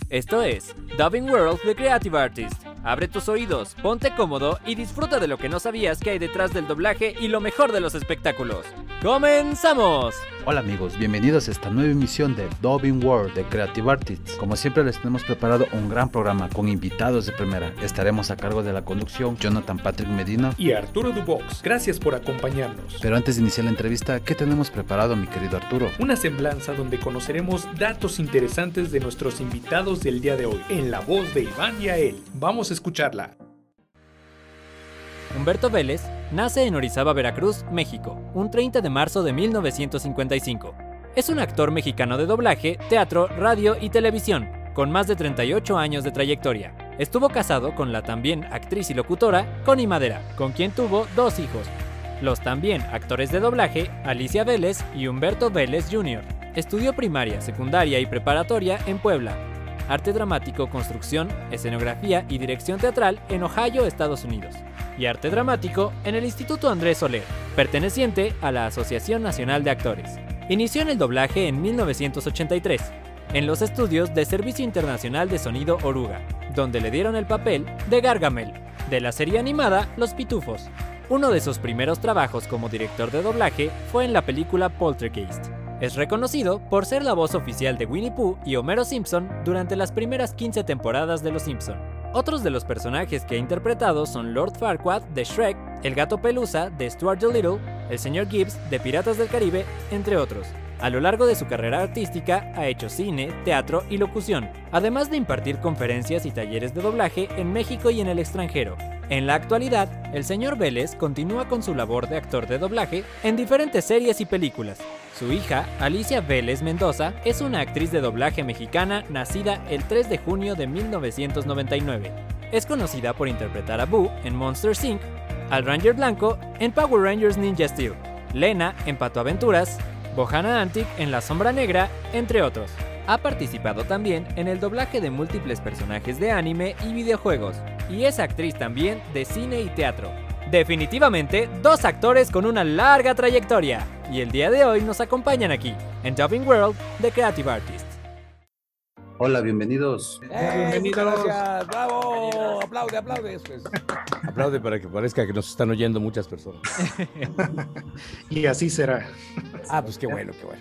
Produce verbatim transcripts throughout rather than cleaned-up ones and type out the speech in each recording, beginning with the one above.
Esto es Dubbing World The Creative Artist. Abre tus oídos, ponte cómodo y disfruta de lo que no sabías que hay detrás del doblaje y lo mejor de los espectáculos. ¡Comenzamos! Hola amigos, bienvenidos a esta nueva emisión de Dubbing World The Creative Artists. Como siempre les tenemos preparado un gran programa con invitados de primera. Estaremos a cargo de la conducción Jonathan Patrick Medina y Arturo Dubox. Gracias por acompañarnos. Pero antes de iniciar la entrevista, ¿qué tenemos preparado, mi querido Arturo? Una semblanza donde conoceremos datos interesantes de nuestros invitados del día de hoy, en la voz de Iván y Ael. Vamos a escucharla. Humberto Vélez nace en Orizaba, Veracruz, México, un treinta de marzo de mil novecientos cincuenta y cinco. Es un actor mexicano de doblaje, teatro, radio y televisión, con más de treinta y ocho años de trayectoria. Estuvo casado con la también actriz y locutora Connie Madera, con quien tuvo dos hijos. Los también actores de doblaje, Alicia Vélez y Humberto Vélez junior Estudió primaria, secundaria y preparatoria en Puebla. Arte dramático, construcción, escenografía y dirección teatral en Ohio, Estados Unidos. Y arte dramático en el Instituto Andrés Soler, perteneciente a la Asociación Nacional de Actores. Inició en el doblaje en mil novecientos ochenta y tres, en los estudios de Servicio Internacional de Sonido Oruga, donde le dieron el papel de Gargamel, de la serie animada Los Pitufos. Uno de sus primeros trabajos como director de doblaje fue en la película Poltergeist. Es reconocido por ser la voz oficial de Winnie Pooh y Homero Simpson durante las primeras quince temporadas de Los Simpson. Otros de los personajes que ha interpretado son Lord Farquaad de Shrek, el Gato Pelusa de Stuart Little, el señor Gibbs de Piratas del Caribe, entre otros. A lo largo de su carrera artística ha hecho cine, teatro y locución, además de impartir conferencias y talleres de doblaje en México y en el extranjero. En la actualidad, el señor Vélez continúa con su labor de actor de doblaje en diferentes series y películas. Su hija, Alicia Vélez Mendoza, es una actriz de doblaje mexicana nacida el tres de junio de mil novecientos noventa y nueve. Es conocida por interpretar a Boo en Monsters incorporated, al Ranger Blanco en Power Rangers Ninja Steel, Lena en Pato Aventuras, Bohanna Antic en La Sombra Negra, entre otros. Ha participado también en el doblaje de múltiples personajes de anime y videojuegos, y es actriz también de cine y teatro. Definitivamente, dos actores con una larga trayectoria, y el día de hoy nos acompañan aquí, en Dubbing World The Creative Artist. Hola, bienvenidos. ¡Eh, bienvenidos! Gracias, ¡bravo! Aplaude, aplaude. Pues. Aplaude para que parezca que nos están oyendo muchas personas. Y así será. Ah, pues qué bueno, qué bueno.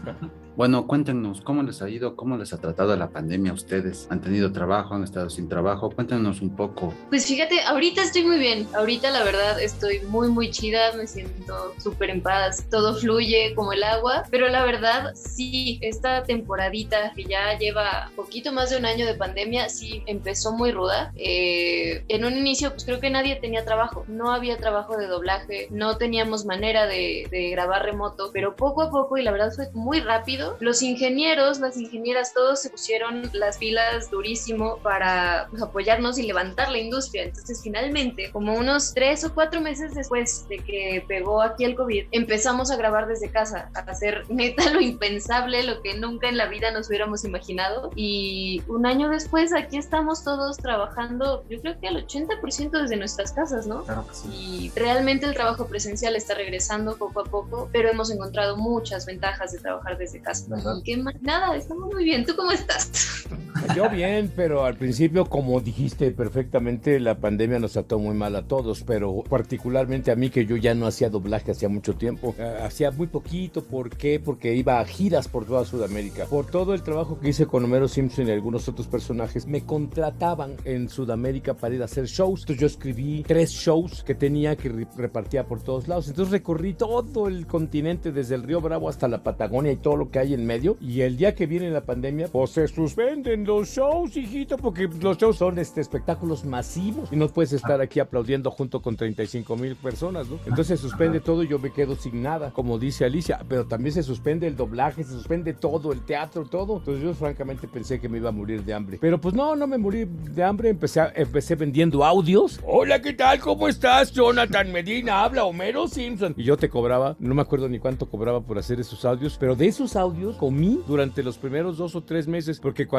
Bueno, cuéntenos, ¿cómo les ha ido? ¿Cómo les ha tratado la pandemia a ustedes? ¿Han tenido trabajo? ¿Han estado sin trabajo? Cuéntenos un poco. Pues fíjate, ahorita estoy muy bien. Ahorita la verdad estoy muy, muy chida. Me siento súper en paz. Todo fluye como el agua. Pero la verdad, sí, esta temporadita que ya lleva poquito más de un año de pandemia, sí, empezó muy ruda. Eh, en un inicio, pues creo que nadie tenía trabajo. No había trabajo de doblaje. No teníamos manera de, de grabar remoto. Pero poco a poco, y la verdad fue muy rápido, los ingenieros, las ingenieras, todos se pusieron las pilas durísimo para pues, apoyarnos y levantar la industria. Entonces finalmente, como unos tres o cuatro meses después de que pegó aquí el COVID, empezamos a grabar desde casa, a hacer neta lo impensable, lo que nunca en la vida nos hubiéramos imaginado. Y un año después aquí estamos todos trabajando, yo creo que al ochenta por ciento desde nuestras casas, ¿no? Claro que sí. Y realmente el trabajo presencial está regresando poco a poco, pero hemos encontrado muchas ventajas de trabajar desde casa. Y qué más, nada, estamos muy bien. ¿Tú cómo estás? Yo bien, pero al principio, como dijiste perfectamente, la pandemia nos trató muy mal a todos, pero particularmente a mí, que yo ya no hacía doblaje hacía mucho tiempo. Hacía muy poquito. ¿Por qué? Porque iba a giras por toda Sudamérica. Por todo el trabajo que hice con Homero Simpson y algunos otros personajes, me contrataban en Sudamérica para ir a hacer shows. Entonces yo escribí tres shows que tenía, que repartía por todos lados. Entonces recorrí todo el continente, desde el Río Bravo hasta la Patagonia y todo lo que hay en medio. Y el día que viene la pandemia, pues se suspenden los shows, hijito, porque los shows son este, espectáculos masivos y no puedes estar aquí aplaudiendo junto con treinta y cinco mil personas, ¿no? Entonces se suspende todo y yo me quedo sin nada, como dice Alicia, pero también se suspende el doblaje, se suspende todo, el teatro, todo. Entonces yo francamente pensé que me iba a morir de hambre, pero pues no, no me morí de hambre. Empecé, a, empecé vendiendo audios. Hola, ¿qué tal? ¿Cómo estás? Jonathan Medina, habla Homero Simpson. Y yo te cobraba, no me acuerdo ni cuánto cobraba por hacer esos audios, pero de esos audios comí durante los primeros dos o tres meses, porque cuando los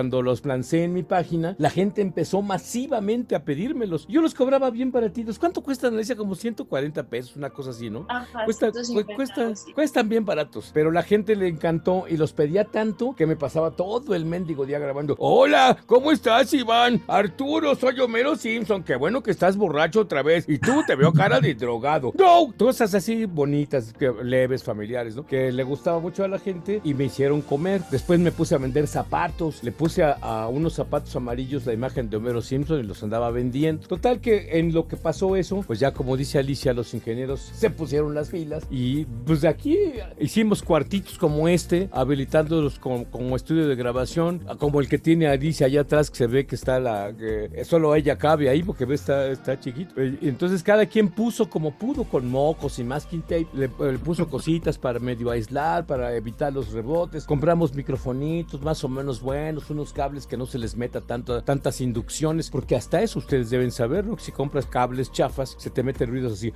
los lancé en mi página, la gente empezó masivamente a pedírmelos. Yo los cobraba bien baratitos. ¿Cuánto cuestan? Le decía como ciento cuarenta pesos, una cosa así, ¿no? Ajá, Cuesta, ciento cincuenta, cuestan, sí. cuestan bien baratos. Pero la gente le encantó y los pedía tanto que me pasaba todo el mendigo día grabando. Hola, ¿cómo estás, Iván? Arturo, soy Homero Simpson. Qué bueno que estás borracho otra vez. Y tú te veo cara de drogado. No, cosas así bonitas, que, leves, familiares, ¿no? Que le gustaba mucho a la gente y me hicieron comer. Después me puse a vender zapatos. Le puse a, a unos zapatos amarillos la imagen de Homero Simpson y los andaba vendiendo. Total que en lo que pasó eso, pues ya como dice Alicia, los ingenieros se pusieron las pilas y pues de aquí hicimos cuartitos como este, habilitándolos como, como estudio de grabación, como el que tiene Alicia allá atrás, que se ve que está la... que solo ella cabe ahí porque ve está, está chiquito. Y entonces cada quien puso como pudo, con mocos y masking tape, le, le puso cositas para medio aislar, para evitar los rebotes. Compramos microfonitos más o menos buenos, unos cables que no se les meta tanto, tantas inducciones, porque hasta eso ustedes deben saber, ¿no? Que si compras cables chafas, se te meten ruidos así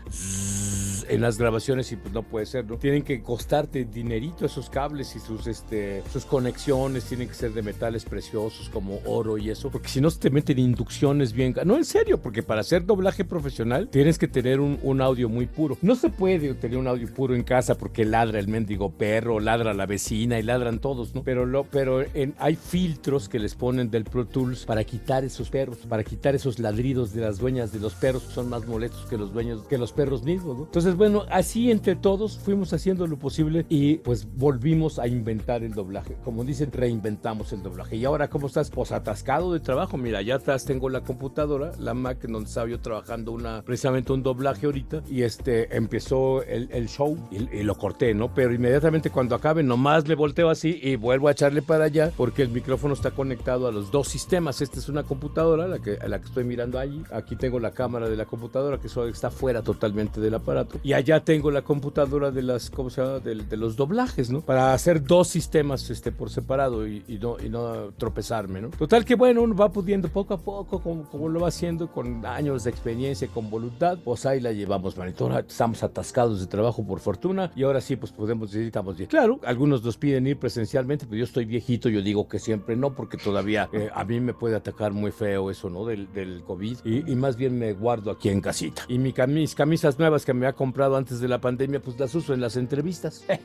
en las grabaciones y pues no puede ser, ¿no? Tienen que costarte dinerito esos cables y sus, este, sus conexiones tienen que ser de metales preciosos como oro y eso, porque si no se te meten inducciones bien... No, en serio, porque para hacer doblaje profesional tienes que tener un, un audio muy puro. No se puede tener un audio puro en casa porque ladra el mendigo perro, ladra la vecina y ladran todos, ¿no? Pero, lo, pero en, hay filtros que les ponen del Pro Tools para quitar esos perros, para quitar esos ladridos de las dueñas de los perros que son más molestos que los dueños, que los perros mismos, ¿no? Entonces, bueno, así entre todos fuimos haciendo lo posible y pues volvimos a inventar el doblaje. Como dicen, reinventamos el doblaje. ¿Y ahora cómo estás? Pues atascado de trabajo. Mira, allá atrás tengo la computadora, la Mac, en donde estaba yo trabajando una, precisamente un doblaje ahorita, y este, empezó el, el show y, y lo corté, ¿no? Pero inmediatamente cuando acabe, nomás le volteo así y vuelvo a echarle para allá porque el micrófono está conectado a los dos sistemas. Esta es una computadora, la que, la que estoy mirando allí. Aquí tengo la cámara de la computadora que solo está fuera totalmente del aparato. Y allá tengo la computadora de las, ¿cómo se llama? De, de los doblajes, ¿no? Para hacer dos sistemas este, por separado y, y, no, y no tropezarme, ¿no? Total que bueno, uno va pudiendo poco a poco, como, como lo va haciendo, con años de experiencia, con voluntad, pues ahí la llevamos, manito. Ahora estamos atascados de trabajo por fortuna y ahora sí, pues podemos decir, estamos bien. Claro, algunos nos piden ir presencialmente, pero yo estoy viejito, yo digo que siempre no, porque todavía eh, a mí me puede atacar muy feo eso, ¿no? Del, del COVID y, y más bien me guardo aquí en casita. Y mi cam mis camisas nuevas que me ha comprado antes de la pandemia, pues las uso en las entrevistas. Eh.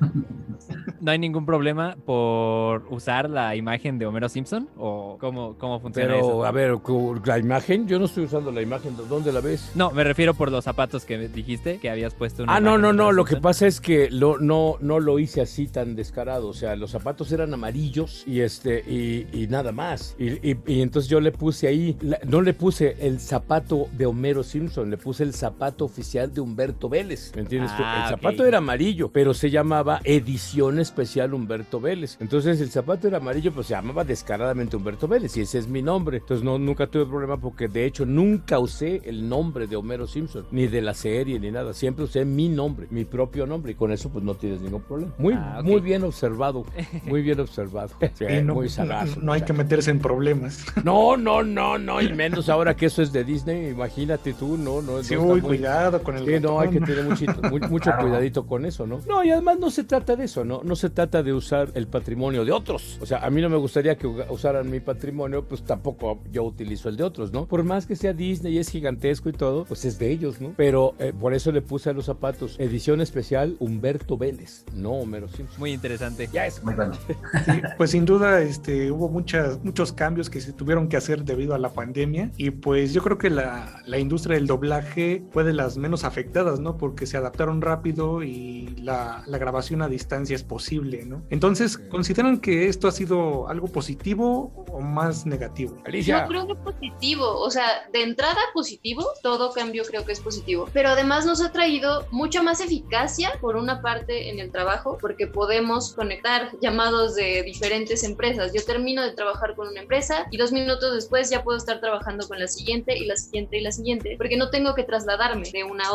¿No hay ningún problema por usar la imagen de Homero Simpson? ¿O cómo, cómo funciona Pero, eso? a ver, la imagen, yo no estoy usando la imagen. ¿Dónde la ves? No, me refiero por los zapatos que dijiste, que habías puesto una Ah, no, no, no, lo que Simpson. pasa es que lo, no, no lo hice así tan descarado. O sea, los zapatos eran amarillos y este y, y nada más. Y, y, y entonces yo le puse ahí, la, no le puse el zapato de Homero Simpson, le puse el zapato oficial de Humberto Vélez. ¿Me entiendes? Ah, el zapato ok. era amarillo, pero se llamaba Edición Especial Humberto Vélez. Entonces el zapato era amarillo, pues se llamaba descaradamente Humberto Vélez y ese es mi nombre. Entonces no, nunca tuve problema porque de hecho nunca usé el nombre de Homero Simpson, ni de la serie, ni nada. Siempre usé mi nombre, mi propio nombre y con eso pues no tienes ningún problema. Muy, Ah, ok. muy bien observado, muy bien observado. Sí, Sí, no, muy sagaz. no, no hay que meterse en problemas. No, no, no, no, y menos ahora que eso es de Disney, imagínate tú, no, no. Sí, no uy, está muy- cuidado con el Sí, no, hay que ratón. tener muchito, mu- mucho Claro. cuidadito con eso, ¿no? No, y además no se trata de eso, ¿no? No se trata de usar el patrimonio de otros. O sea, a mí no me gustaría que u- usaran mi patrimonio, pues tampoco yo utilizo el de otros, ¿no? Por más que sea Disney y es gigantesco y todo, pues es de ellos, ¿no? Pero eh, por eso le puse a los zapatos edición especial Humberto Vélez, no Homero Simpson. Muy interesante. Ya es. Muy bueno. Sí, pues sin duda este, hubo muchas, muchos cambios que se tuvieron que hacer debido a la pandemia y pues yo creo que la, la industria del doblaje fue de las menos afectadas, ¿no? Porque se adaptaron rápido y la, la grabación a distancia es posible, ¿no? Entonces, ¿consideran que esto ha sido algo positivo o más negativo? Alicia. Yo creo que positivo, o sea, de entrada positivo, todo cambio creo que es positivo, pero además nos ha traído mucha más eficacia por una parte en el trabajo, porque podemos conectar llamados de diferentes empresas. Yo termino de trabajar con una empresa y dos minutos después ya puedo estar trabajando con la siguiente y la siguiente y la siguiente, porque no tengo que trasladarme de una a otra. Entonces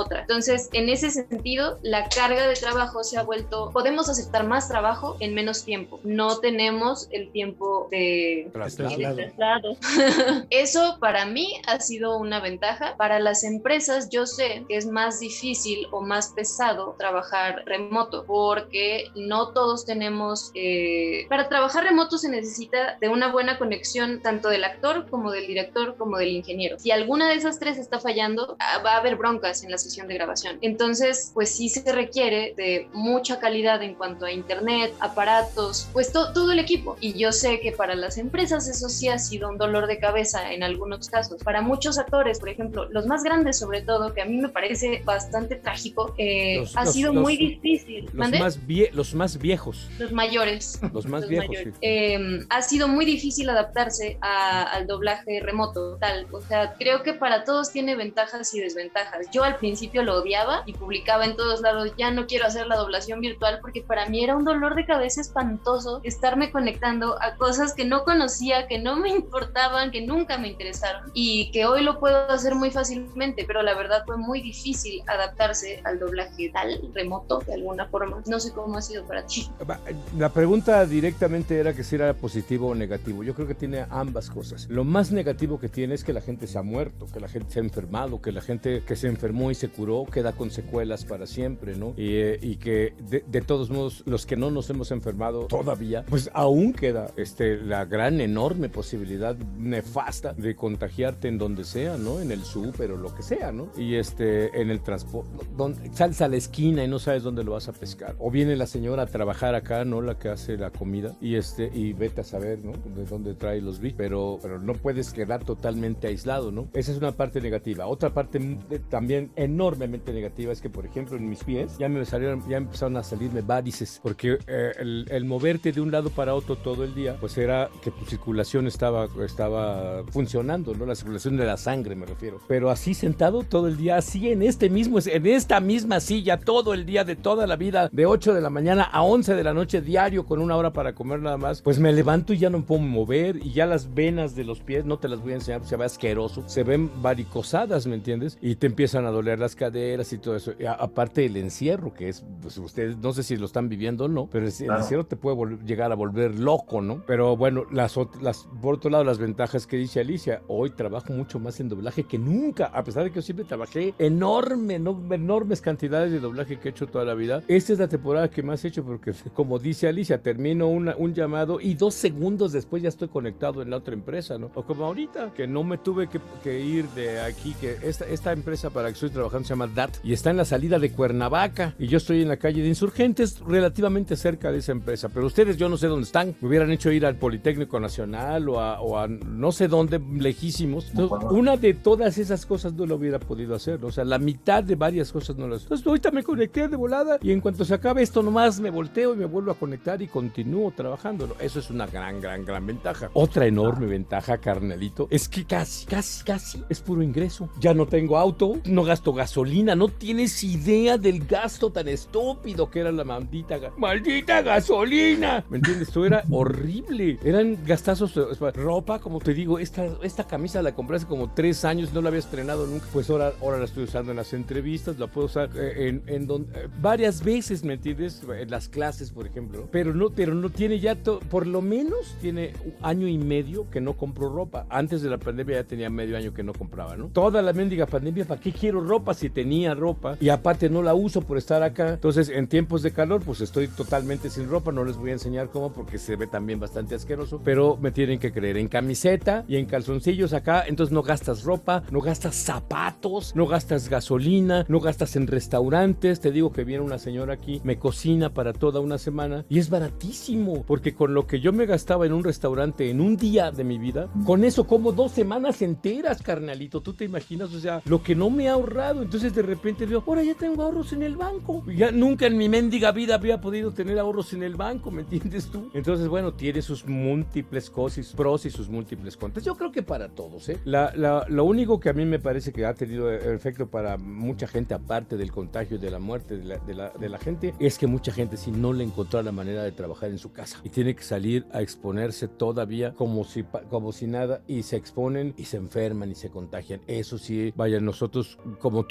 Entonces, en ese sentido, la carga de trabajo se ha vuelto, podemos aceptar más trabajo en menos tiempo. No tenemos el tiempo de Traslado. de traslado. Eso para mí ha sido una ventaja. Para las empresas yo sé que es más difícil o más pesado trabajar remoto, porque no todos tenemos, eh, para trabajar remoto se necesita de una buena conexión tanto del actor como del director como del ingeniero. Si alguna de esas tres está fallando, va a haber broncas en la sesión de grabación. Entonces, pues sí se requiere de mucha calidad en cuanto a internet, aparatos, pues to- todo el equipo. Y yo sé que para las empresas eso sí ha sido un dolor de cabeza en algunos casos. Para muchos actores, por ejemplo, los más grandes sobre todo, que a mí me parece bastante trágico, eh, Los- ha los- sido los- muy difícil. Los ¿Mande? más, vie- los más viejos. Los mayores. Los más Los viejos, mayores. sí. Eh, ha sido muy difícil adaptarse a- al doblaje remoto, tal. O sea, creo que para todos tiene ventajas y desventajas. Yo al principio lo odiaba y publicaba en todos lados, ya no quiero hacer la doblación virtual, porque para mí era un dolor de cabeza espantoso estarme conectando a cosas que no conocía, que no me importaban, que nunca me interesaron y que hoy lo puedo hacer muy fácilmente, pero la verdad fue muy difícil adaptarse al doblaje tal, remoto, de alguna forma. No sé cómo ha sido para ti. La pregunta directamente era que si era positivo o negativo. Yo creo que tiene ambas cosas. Lo más negativo que tiene es que la gente se ha muerto, que la gente se ha enfermado, que la gente que se enfermó y se curó queda con secuelas para siempre, ¿no? Y, eh, y que de, de todos modos, los que no nos hemos enfermado todavía, pues aún queda este, la gran, enorme posibilidad nefasta de contagiarte en donde sea, ¿no? En el súper o lo que sea, ¿no? Y este, en el transporte, sales a la esquina y no sabes dónde lo vas a pescar. O viene la señora a trabajar acá, ¿no? La que hace la comida y este, y vete a saber, ¿no? De dónde trae los bits, pero, pero no puedes quedar totalmente aislado, ¿no? Esa es una parte negativa. Otra parte de, también enormemente negativa es que, por ejemplo, en mis pies ya me salieron, ya empezaron a salirme varices, porque eh, el, el moverte de un lado para otro todo el día, pues era que tu circulación estaba, estaba funcionando, ¿no? La circulación de la sangre, me refiero. Pero así sentado todo el día, así en este mismo, en esta misma silla, todo el día de toda la vida, de ocho de la mañana a once de la noche diario, con una hora para comer nada más, pues me levanto y ya no me puedo mover, y ya las venas de los pies, no te las voy a enseñar, se ve asqueroso, se ven varicosadas, ¿me entiendes? Y te empiezan a doler las caderas y todo eso. Y a, aparte el encierro, que es, pues ustedes, no sé si lo están viviendo o no, pero el, claro. el encierro te puede vol- llegar a volver loco, ¿no? Pero bueno, las, las, por otro lado, las ventajas que dice Alicia, hoy trabajo mucho más en doblaje que nunca, a pesar de que yo siempre trabajé enorme, no, enormes cantidades de doblaje que he hecho toda la vida. Esta es la temporada que más he hecho porque, como dice Alicia, termino una, un llamado y dos segundos después ya estoy conectado en la otra empresa, ¿no? O como ahorita, que no me tuve que, que ir de aquí, que esta, esta empresa para la que estoy trabajando se llama D A T y está en la salida de Cuernavaca y yo estoy en la calle de Insurgentes, relativamente cerca de esa empresa, pero ustedes yo no sé dónde están, me hubieran hecho ir al Politécnico Nacional o a, o a no sé dónde, lejísimos. Entonces, una de todas esas cosas no lo hubiera podido hacer, ¿no? O sea, la mitad de varias cosas no las... Entonces ahorita me conecté de volada y en cuanto se acabe esto nomás me volteo y me vuelvo a conectar y continúo trabajando, ¿no? Eso es una gran, gran, gran ventaja. Otra enorme ventaja, carnalito, es que casi, casi, casi es puro ingreso. Ya no tengo auto, no gasto gasolina, no tienes idea del gasto tan estúpido que era la maldita, ga- maldita gasolina. ¿Me entiendes? Esto era horrible. Eran gastazos, ropa, como te digo, esta, esta camisa la compré hace como tres años, no la había estrenado nunca. Pues ahora, ahora la estoy usando en las entrevistas, la puedo usar eh, en, en don, eh, varias veces, ¿me entiendes? En las clases, por ejemplo. Pero no, pero no tiene ya, to, por lo menos tiene un año y medio que no compro ropa. Antes de la pandemia ya tenía medio año que no compraba, ¿no? Toda la mendiga pandemia, ¿para qué quiero ropa si tenía ropa? Y aparte no la uso por estar acá. Entonces, en tiempos de calor, pues estoy totalmente sin ropa. No les voy a enseñar cómo porque se ve también bastante asqueroso. Pero me tienen que creer en camiseta y en calzoncillos acá. Entonces no gastas ropa, no gastas zapatos, no gastas gasolina, no gastas en restaurantes. Te digo que viene una señora aquí, me cocina para toda una semana y es baratísimo. Porque con lo que yo me gastaba en un restaurante en un día de mi vida, con eso como dos semanas enteras, carnalito. ¿Tú te imaginas? O sea, lo que no me ha ahorrado. Entonces de repente veo, ahora ya tengo ahorros en el banco. Ya nunca en mi mendiga vida había podido tener ahorros en el banco, ¿me entiendes tú? Entonces, bueno, tiene sus múltiples cosas, pros y sus múltiples contras. Yo creo que para todos, ¿eh? La, la, lo único que a mí me parece que ha tenido efecto para mucha gente, aparte del contagio y de la muerte de la, de la, de la gente, es que mucha gente sí no le encontró la manera de trabajar en su casa y tiene que salir a exponerse todavía como si, como si nada, y se exponen y se enferman y se contagian. Eso sí, vaya, nosotros, como tú dices,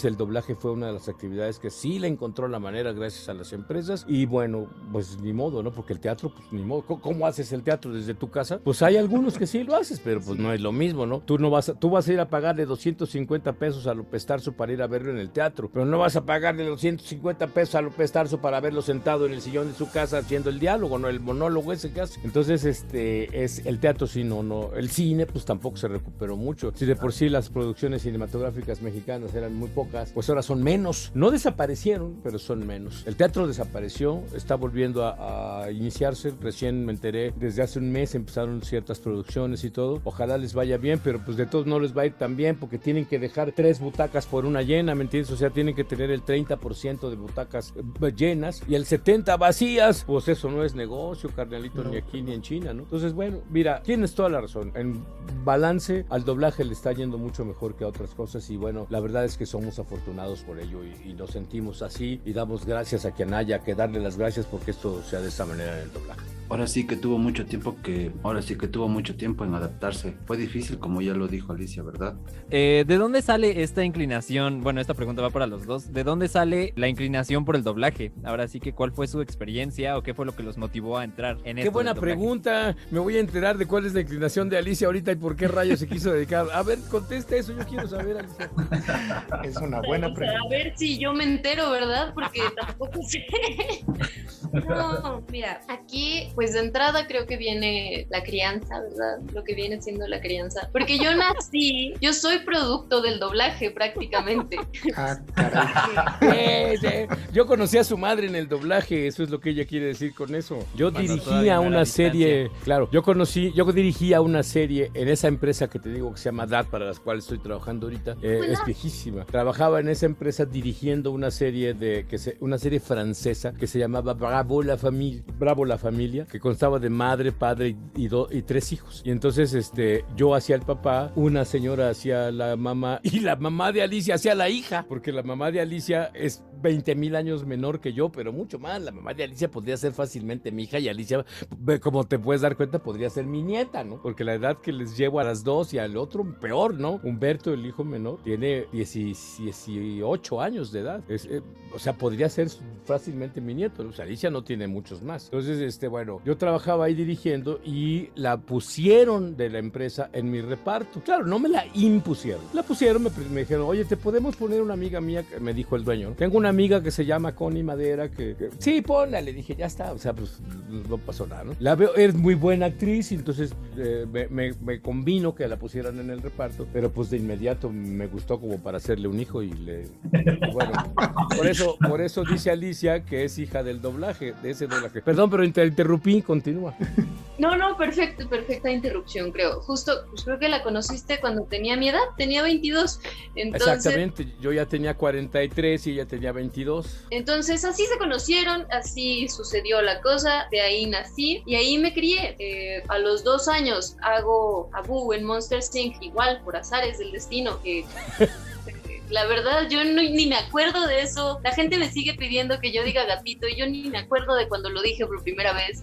el doblaje fue una de las actividades que sí le encontró la manera gracias a las empresas y bueno, pues ni modo, ¿no? Porque el teatro, pues ni modo. ¿Cómo haces el teatro desde tu casa? Pues hay algunos que sí lo haces, pero pues no es lo mismo, ¿no? Tú no vas a, tú vas a ir a pagarle doscientos cincuenta pesos a López Tarso para ir a verlo en el teatro, pero no vas a pagarle doscientos cincuenta pesos a López Tarso para verlo sentado en el sillón de su casa haciendo el diálogo, no el monólogo ese que hace. Entonces, este, es el teatro sí, no, no. El cine, pues tampoco se recuperó mucho. Si de por sí las producciones cinematográficas mexicanas eran muy pocas, pues ahora son menos. No desaparecieron, pero son menos. El teatro desapareció, está volviendo a, a iniciarse. Recién me enteré, desde hace un mes empezaron ciertas producciones y todo. Ojalá les vaya bien, pero pues de todos no les va a ir tan bien porque tienen que dejar tres butacas por una llena, ¿me entiendes? O sea, tienen que tener el treinta por ciento de butacas llenas y el setenta por ciento vacías. Pues eso no es negocio, carnalito, no. Ni aquí ni en China, ¿no? Entonces, bueno, mira, tienes toda la razón. En balance, al doblaje le está yendo mucho mejor que a otras cosas y bueno, la verdad es que somos afortunados por ello y, y nos sentimos así y damos gracias a quien haya que darle las gracias porque esto sea de esta manera en el doblaje. Ahora sí que tuvo mucho tiempo que, ahora sí que tuvo mucho tiempo en adaptarse. Fue difícil, como ya lo dijo Alicia, ¿verdad? Eh, ¿De dónde sale esta inclinación? Bueno, esta pregunta va para los dos. ¿De dónde sale la inclinación por el doblaje? Ahora sí que, ¿cuál fue su experiencia o qué fue lo que los motivó a entrar en esto? Qué buena pregunta. Me voy a enterar de cuál es la inclinación de Alicia ahorita y por qué rayos se quiso dedicar. A ver, conteste eso, yo quiero saber, Alicia. Es una buena pregunta. A ver si yo me entero, ¿verdad? Porque tampoco sé. No, mira, aquí pues de entrada creo que viene la crianza, ¿verdad? Lo que viene siendo la crianza. Porque yo nací, yo soy producto del doblaje prácticamente. Ah, caray. Sí, sí. Yo conocí a su madre en el doblaje, eso es lo que ella quiere decir con eso. Yo Cuando dirigía una serie, distancia. Claro, yo conocí, yo dirigía una serie en esa empresa que te digo que se llama D A T, para las cuales estoy trabajando ahorita, eh, es viejísima. Trabajaba en esa empresa dirigiendo una serie de, que se, una serie francesa que se llamaba Bravo la familia, Bravo la familia, que constaba de madre, padre y, y, do, y tres hijos. Y entonces este, yo hacía el papá, una señora hacía la mamá y la mamá de Alicia hacía la hija, porque la mamá de Alicia es veinte mil años menor que yo, pero mucho más. La mamá de Alicia podría ser fácilmente mi hija y Alicia, como te puedes dar cuenta, podría ser mi nieta, ¿no? Porque la edad que les llevo a las dos y al otro, peor, ¿no? Humberto, el hijo menor, tiene dieciocho años de edad. Es, eh, o sea, podría ser fácilmente mi nieto, ¿no? O sea, Alicia no tiene muchos más. Entonces, este, bueno, yo trabajaba ahí dirigiendo y la pusieron de la empresa en mi reparto. Claro, no me la impusieron. La pusieron, me, me dijeron, oye, ¿te podemos poner una amiga mía? Que me dijo el dueño. Tengo una amiga que se llama Connie Madera, que, que sí, ponla. Le dije, ya está. O sea, pues no pasó nada, ¿no? La veo, es muy buena actriz, y entonces eh, me, me, me convino que la pusieran en el reparto, pero pues de inmediato me gustó como para hacerle un hijo y le... Y bueno, por eso, por eso dice Alicia que es hija del doblaje, de ese doblaje. Perdón, pero te interrumpí, continúa. No, no, perfecto, perfecta interrupción, creo. Justo, pues creo que la conociste cuando tenía mi edad, tenía veintidós. Entonces, exactamente, yo ya tenía cuarenta y tres y ella tenía veintidós. Entonces así se conocieron, así sucedió la cosa, de ahí nací y ahí me crié. Eh, a los dos años hago a Boo en Monster incorporated, igual por azares del destino, que... La verdad, yo no, ni me acuerdo de eso. La gente me sigue pidiendo que yo diga gatito y yo ni me acuerdo de cuando lo dije por primera vez.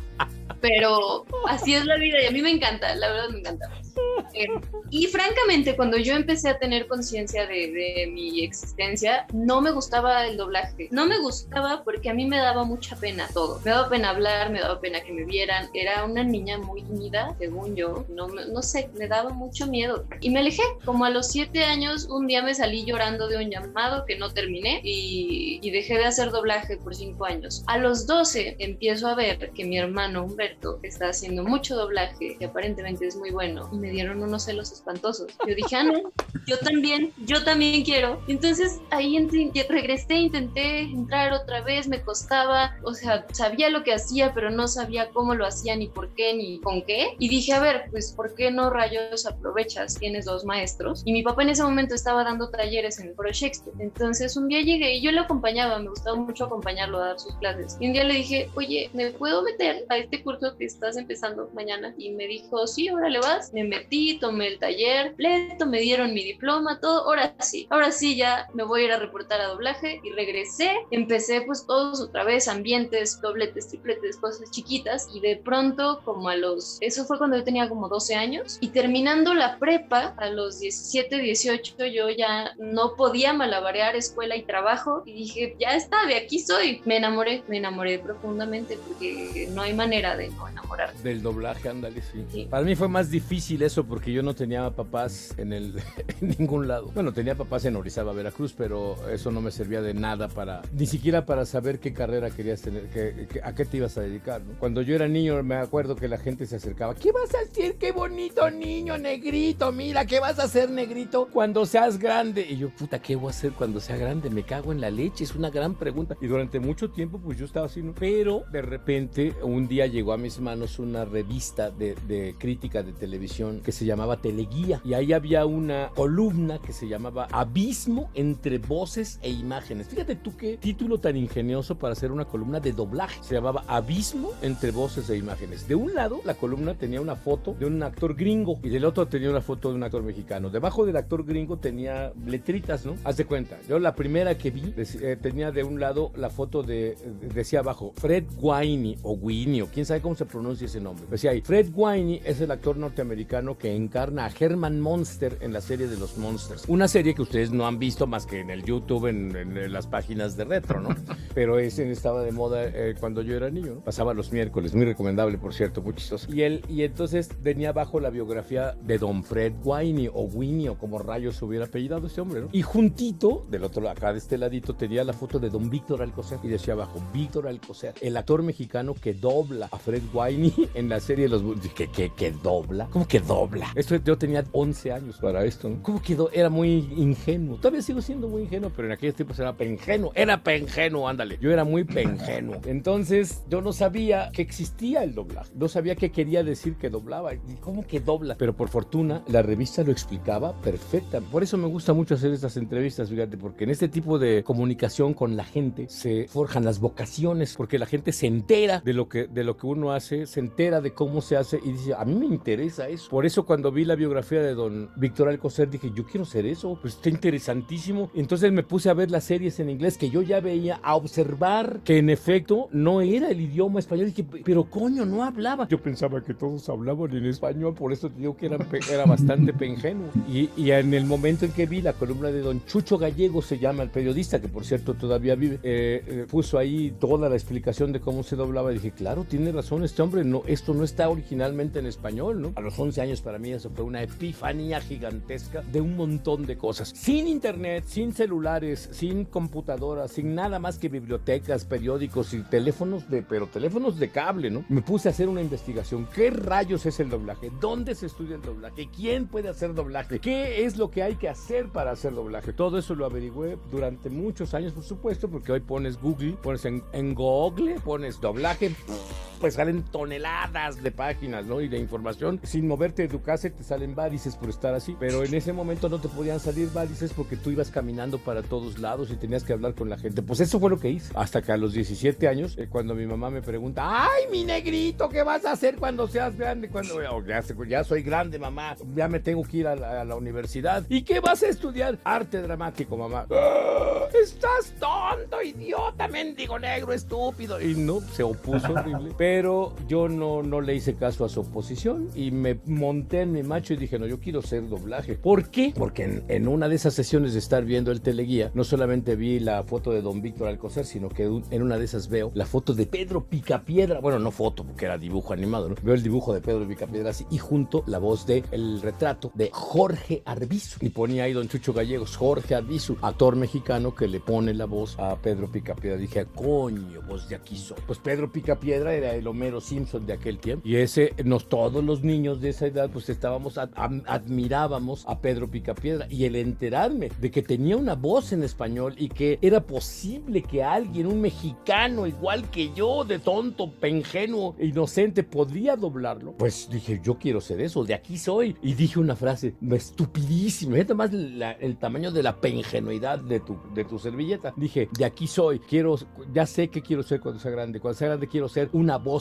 Pero así es la vida y a mí me encanta, la verdad me encanta. Eh, y francamente, cuando yo empecé a tener conciencia de, de mi existencia, no me gustaba el doblaje. No me gustaba porque a mí me daba mucha pena todo. Me daba pena hablar, me daba pena que me vieran. Era una niña muy tímida, según yo. No, no sé, me daba mucho miedo. Y me alejé. Como a los siete años, un día me salí llorando de un llamado que no terminé y, y dejé de hacer doblaje por cinco años. A los doce empiezo a ver que mi hermano Humberto está haciendo mucho doblaje, que aparentemente es muy bueno. Y me dieron unos celos espantosos. Yo dije, ah, no, yo también, yo también quiero. Entonces ahí ent- regresé, intenté entrar otra vez, me costaba, o sea, sabía lo que hacía, pero no sabía cómo lo hacía, ni por qué, ni con qué. Y dije, a ver, pues, ¿por qué no rayos aprovechas? Tienes dos maestros. Y mi papá en ese momento estaba dando talleres en el Foro Shakespeare. Entonces un día llegué y yo lo acompañaba, me gustaba mucho acompañarlo a dar sus clases. Y un día le dije, oye, ¿me puedo meter a este curso ¿no? Que estás empezando mañana. Y me dijo, sí, órale vas. Me metí, tomé el taller, completo, me dieron mi diploma, todo. Ahora sí, ahora sí ya me voy a ir a reportar a doblaje. Y regresé, empecé pues todos otra vez, ambientes, dobletes, tripletes, cosas chiquitas. Y de pronto, como a los, eso fue cuando yo tenía como doce años. Y terminando la prepa, a los diecisiete, dieciocho, yo ya no podía malabarear escuela y trabajo. Y dije, ya está, de aquí soy. Me enamoré, me enamoré profundamente porque no hay manera de no enamorar. Del doblaje, ándale, sí. Sí. Para mí fue más difícil eso porque yo no tenía papás en, el, en ningún lado. Bueno, tenía papás en Orizaba, Veracruz, pero eso no me servía de nada para, ni siquiera para saber qué carrera querías tener, qué, qué, a qué te ibas a dedicar, ¿no? Cuando yo era niño me acuerdo que la gente se acercaba. ¿Qué vas a hacer? ¡Qué bonito niño, negrito! Mira, ¿qué vas a hacer, negrito, cuando seas grande? Y yo, puta, ¿qué voy a hacer cuando sea grande? Me cago en la leche, es una gran pregunta. Y durante mucho tiempo, pues yo estaba así, ¿no? Pero de repente, un día llegó a mis manos una revista de, de crítica de televisión que se llamaba Teleguía. Y ahí había una columna que se llamaba Abismo entre voces e imágenes. Fíjate tú qué título tan ingenioso para hacer una columna de doblaje. Se llamaba Abismo entre voces e imágenes. De un lado, la columna tenía una foto de un actor gringo y del otro tenía una foto de un actor mexicano. Debajo del actor gringo tenía letritas, ¿no? Haz de cuenta. Yo la primera que vi eh, tenía de un lado la foto de, decía abajo, Fred Guiney o Guiney, o quién sabe cómo se pronuncia ese nombre. Decía ahí, Fred Guiney es el actor norteamericano que encarna a Herman Munster en la serie de los Monsters. Una serie que ustedes no han visto más que en el YouTube, en, en, en las páginas de retro, ¿no? Pero ese estaba de moda eh, cuando yo era niño, ¿no? Pasaba los miércoles, muy recomendable, por cierto, muy chistoso. Y él, y entonces venía abajo la biografía de don Fred Guiney o Guiney, o como rayos hubiera apellidado ese hombre, ¿no? Y juntito, del otro lado, acá de este ladito, tenía la foto de don Víctor Alcocer y decía abajo, Víctor Alcocer, el actor mexicano que dobla a Fred Guiney en la serie de los... ¿Qué, qué, qué dobla? ¿Cómo que dobla? Esto, yo tenía once años para esto, ¿no? ¿Cómo que do? Era muy ingenuo. Todavía sigo siendo muy ingenuo, pero en aquellos tiempos era pengenuo. Era pengenuo, ándale. Yo era muy pengenuo. Entonces, yo no sabía que existía el doblaje. No sabía qué quería decir que doblaba. ¿Cómo que dobla? Pero por fortuna, la revista lo explicaba perfecta. Por eso me gusta mucho hacer estas entrevistas, fíjate, porque en este tipo de comunicación con la gente se forjan las vocaciones, porque la gente se entera de lo que, de lo que uno hace, se entera de cómo se hace y dice, a mí me interesa eso. Por eso cuando vi la biografía de don Víctor Alcocer dije, yo quiero ser eso, pues está interesantísimo. Entonces me puse a ver las series en inglés que yo ya veía, a observar que en efecto no era el idioma español. Dije, pero coño, no hablaba. Yo pensaba que todos hablaban en español, por eso te digo que era, era bastante pengenuo. Y, y en el momento en que vi la columna de don Chucho Gallego, se llama el periodista, que por cierto todavía vive, eh, eh, puso ahí toda la explicación de cómo se doblaba. Y dije, claro, tiene razón este hombre, no, esto no está originalmente en español, ¿no? A los once años para mí eso fue una epifanía gigantesca de un montón de cosas. Sin internet, sin celulares, sin computadoras, sin nada más que bibliotecas, periódicos y teléfonos de, pero teléfonos de cable, ¿no? Me puse a hacer una investigación. ¿Qué rayos es el doblaje? ¿Dónde se estudia el doblaje? ¿Quién puede hacer doblaje? ¿Qué es lo que hay que hacer para hacer doblaje? Todo eso lo averigüé durante muchos años, por supuesto, porque hoy pones Google, pones en, en Google, pones doblaje, pues salen toneladas de páginas, ¿no? Y de información. Sin moverte de tu casa te salen varices por estar así. Pero en ese momento no te podían salir varices porque tú ibas caminando para todos lados y tenías que hablar con la gente. Pues eso fue lo que hice. Hasta que a los diecisiete años, eh, cuando mi mamá me pregunta, ¡ay, mi negrito! ¿Qué vas a hacer cuando seas grande? Cuando oh, ya, ya soy grande, mamá. Ya me tengo que ir a la, a la universidad. ¿Y qué vas a estudiar? Arte dramático, mamá. ¡Ah! ¡Estás tonto, idiota, mendigo negro, estúpido! Y no, se opuso horrible. Pero yo no, no le hice caso a su oposición y me monté en mi macho y dije, no, yo quiero hacer doblaje. ¿Por qué? Porque en, en una de esas sesiones de estar viendo el Teleguía, no solamente vi la foto de don Víctor Alcocer, sino que en una de esas veo la foto de Pedro Picapiedra. Bueno, no foto, porque era dibujo animado, ¿no? Veo el dibujo de Pedro Picapiedra así y junto la voz de el retrato de Jorge Arbizu. Y ponía ahí don Chucho Gallegos, Jorge Arbizu, actor mexicano que le pone la voz a Pedro Picapiedra. Dije, coño, voz de aquí soy. Pues Pedro Picapiedra era el Homero Simpson de aquel tiempo. Y ese, nos, todos los niños de esa edad, pues estábamos, ad, ad, admirábamos a Pedro Picapiedra. Y el enterarme de que tenía una voz en español y que era posible que alguien, un mexicano igual que yo, de tonto, pengenuo, inocente, podría doblarlo, pues dije, yo quiero ser eso, de aquí soy. Y dije una frase estupidísima, es más la, el tamaño de la pengenuidad de tu, de tu servilleta. Dije, de aquí soy, quiero, ya sé que quiero ser cuando sea grande. Cuando sea grande quiero ser una voz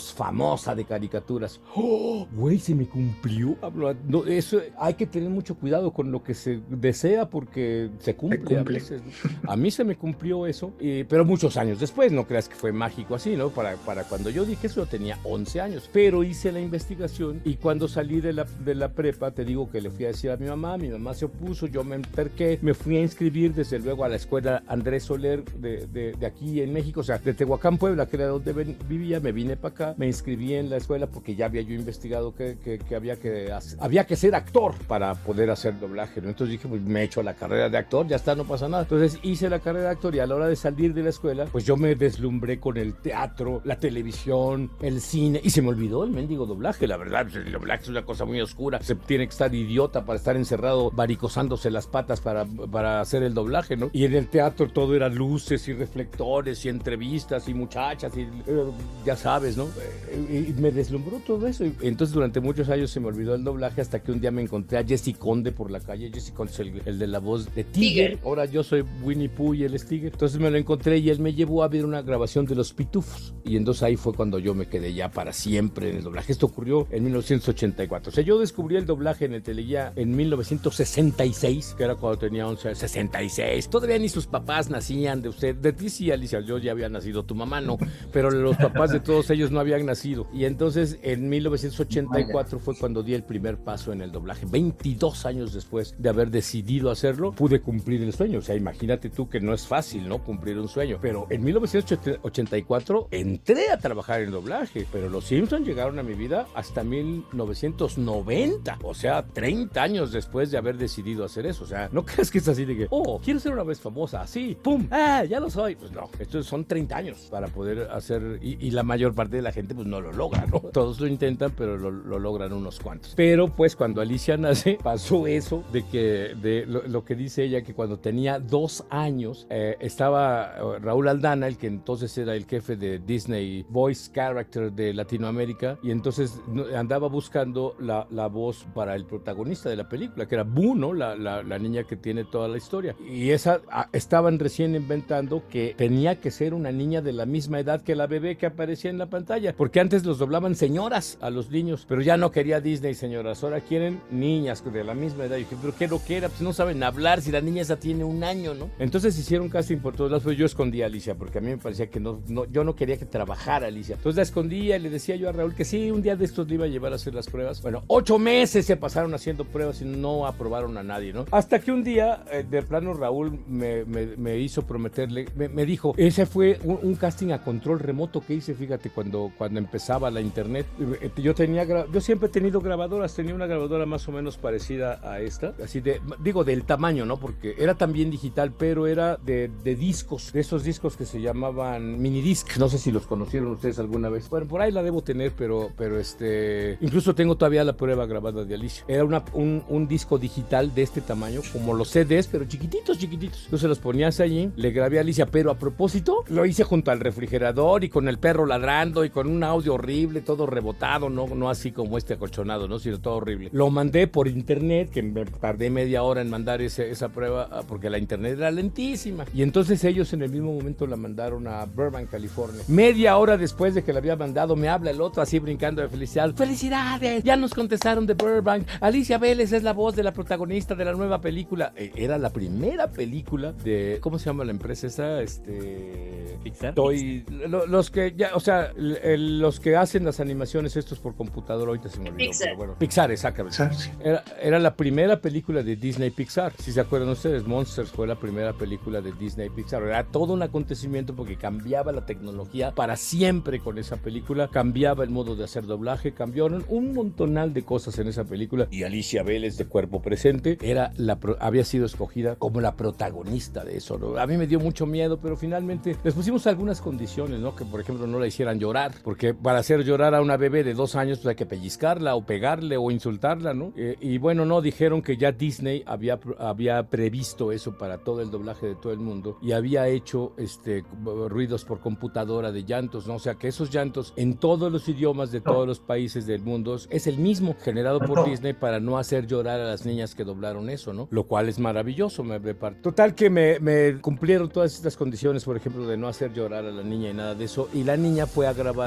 voz famosa de caricaturas. ¡Oh, güey, se me cumplió! No, eso, hay que tener mucho cuidado con lo que se desea porque se cumple, se cumple. A veces, ¿no? A mí se me cumplió eso, y, pero muchos años después, no creas que fue mágico así, ¿no? Para, para cuando yo dije eso yo tenía once años, pero hice la investigación y cuando salí de la, de la prepa, te digo que le fui a decir a mi mamá, mi mamá se opuso, yo me emperqué, me fui a inscribir desde luego a la escuela Andrés Soler de, de, de aquí en México, o sea, de Tehuacán, Puebla, que era donde ven, vivía, me vine para acá, me inscribí en la escuela porque ya había yo investigado que, que, que, había, que hacer, había que ser actor para poder hacer doblaje, ¿no? Entonces dije, pues me he hecho la carrera de actor, ya está, no pasa nada. Entonces hice la carrera de actor y a la hora de salir de la escuela, pues yo me deslumbré con el teatro, la televisión, el cine, y se me olvidó el mendigo doblaje, la verdad, el doblaje es una cosa muy oscura, se tiene que estar idiota para estar encerrado varicosándose las patas para, para hacer el doblaje, ¿no? Y en el teatro todo era luces y reflectores y entrevistas y muchachas y eh, ya sabes, ¿no? Y, y me deslumbró todo eso. Y entonces durante muchos años se me olvidó el doblaje hasta que un día me encontré a Jesse Conde por la calle. Jesse Conde es el, el de la voz de Tiger. Tiger. Ahora yo soy Winnie Pooh y él es Tiger. Entonces me lo encontré y él me llevó a ver una grabación de Los Pitufos. Y entonces ahí fue cuando yo me quedé ya para siempre en el doblaje. Esto ocurrió en mil novecientos ochenta y cuatro. O sea, yo descubrí el doblaje en el Teleguía en mil novecientos sesenta y seis, que era cuando tenía once, sesenta y seis. Todavía ni sus papás nacían de usted. De ti sí, Alicia, yo ya había nacido, tu mamá no, pero los papás de todos ellos no habían nacido. Y entonces en mil novecientos ochenta y cuatro fue cuando di el primer paso en el doblaje. veintidós años después de haber decidido hacerlo, pude cumplir el sueño. O sea, imagínate tú que no es fácil, ¿no? Cumplir un sueño. Pero en mil novecientos ochenta y cuatro entré a trabajar en doblaje, pero los Simpsons llegaron a mi vida hasta mil novecientos noventa. O sea, treinta años después de haber decidido hacer eso. O sea, no creas que es así de que, oh, quiero ser una vez famosa, así, pum, ah, ya lo soy. Pues no, estos son treinta años para poder hacer, y, y la mayor parte de la gente pues no lo logra, ¿no? Todos lo intentan, pero lo, lo logran unos cuantos. Pero pues cuando Alicia nace, pasó eso de que, de lo, lo que dice ella, que cuando tenía dos años, eh, estaba uh, Raúl Aldana, el que entonces era el jefe de Disney Voice Character de Latinoamérica, y entonces andaba buscando la, la voz para el protagonista de la película, que era Boo, ¿no? La, la, la niña que tiene toda la historia. Y esa a, estaban recién inventando que tenía que ser una niña de la misma edad que la bebé que aparecía en la pantalla, porque antes los doblaban señoras a los niños, pero ya no quería Disney señoras, ahora quieren niñas de la misma edad. Y dije, pero qué lo que era, pues no saben hablar si la niña esa tiene un año, ¿no? Entonces hicieron casting por todos lados, pues yo escondí a Alicia, porque a mí me parecía que no, no, yo no quería que trabajara Alicia. Entonces la escondía y le decía yo a Raúl que sí, un día de estos le iba a llevar a hacer las pruebas. Bueno, ocho meses se pasaron haciendo pruebas y no aprobaron a nadie, ¿no? Hasta que un día, eh, de plano, Raúl me, me, me hizo prometerle, me, me dijo, ese fue un, un casting a control remoto que hice, fíjate, cuando, cuando empezaba la internet. Yo tenía, yo siempre he tenido grabadoras, tenía una grabadora más o menos parecida a esta, así de, digo, del tamaño, ¿no? Porque era también digital, pero era de, de discos, de esos discos que se llamaban minidisc, no sé si los conocieron ustedes alguna vez. Bueno, por ahí la debo tener, pero, pero este, incluso tengo todavía la prueba grabada de Alicia. Era una, un, un disco digital de este tamaño, como los C Ds, pero chiquititos, chiquititos. Entonces los ponías allí, le grabé a Alicia, pero a propósito, lo hice junto al refrigerador y con el perro ladrando y con un audio horrible, todo rebotado, no, no así como este acolchonado, ¿no? Sino todo horrible. Lo mandé por internet, que me tardé media hora en mandar ese, esa prueba, porque la internet era lentísima. Y entonces ellos en el mismo momento la mandaron a Burbank, California. Media hora después de que la había mandado, me habla el otro así brincando de felicidad. ¡Felicidades! Ya nos contestaron de Burbank. Alicia Vélez es la voz de la protagonista de la nueva película. Era la primera película de... ¿Cómo se llama la empresa esa? Este... Pixar. Toy... Los que ya... O sea, el, los que hacen las animaciones estos por computadora, ahorita se me olvidó. Pixar. Pero bueno. Pixar, exactamente. Pixar, sí. Era, era la primera película de Disney Pixar. Si se acuerdan ustedes, Monsters fue la primera película de Disney Pixar. Era todo un acontecimiento porque cambiaba la tecnología para siempre con esa película. Cambiaba el modo de hacer doblaje. Cambiaron un montonal de cosas en esa película. Y Alicia Vélez, de cuerpo presente, era la, había sido escogida como la protagonista de eso, ¿no? A mí me dio mucho miedo, pero finalmente les pusimos algunas condiciones, ¿no? Que por ejemplo no la hicieran llorar, porque para hacer llorar a una bebé de dos años pues hay que pellizcarla o pegarle o insultarla, ¿no? Eh, y bueno, no, dijeron que ya Disney había, había previsto eso para todo el doblaje de todo el mundo y había hecho este, ruidos por computadora de llantos, ¿no? O sea que esos llantos en todos los idiomas de todos los países del mundo es el mismo generado por Disney para no hacer llorar a las niñas que doblaron eso, ¿no? Lo cual es maravilloso, me preparo. Total que me, me cumplieron todas estas condiciones, por ejemplo, de no hacer llorar a la niña y nada de eso, y la niña fue a grabar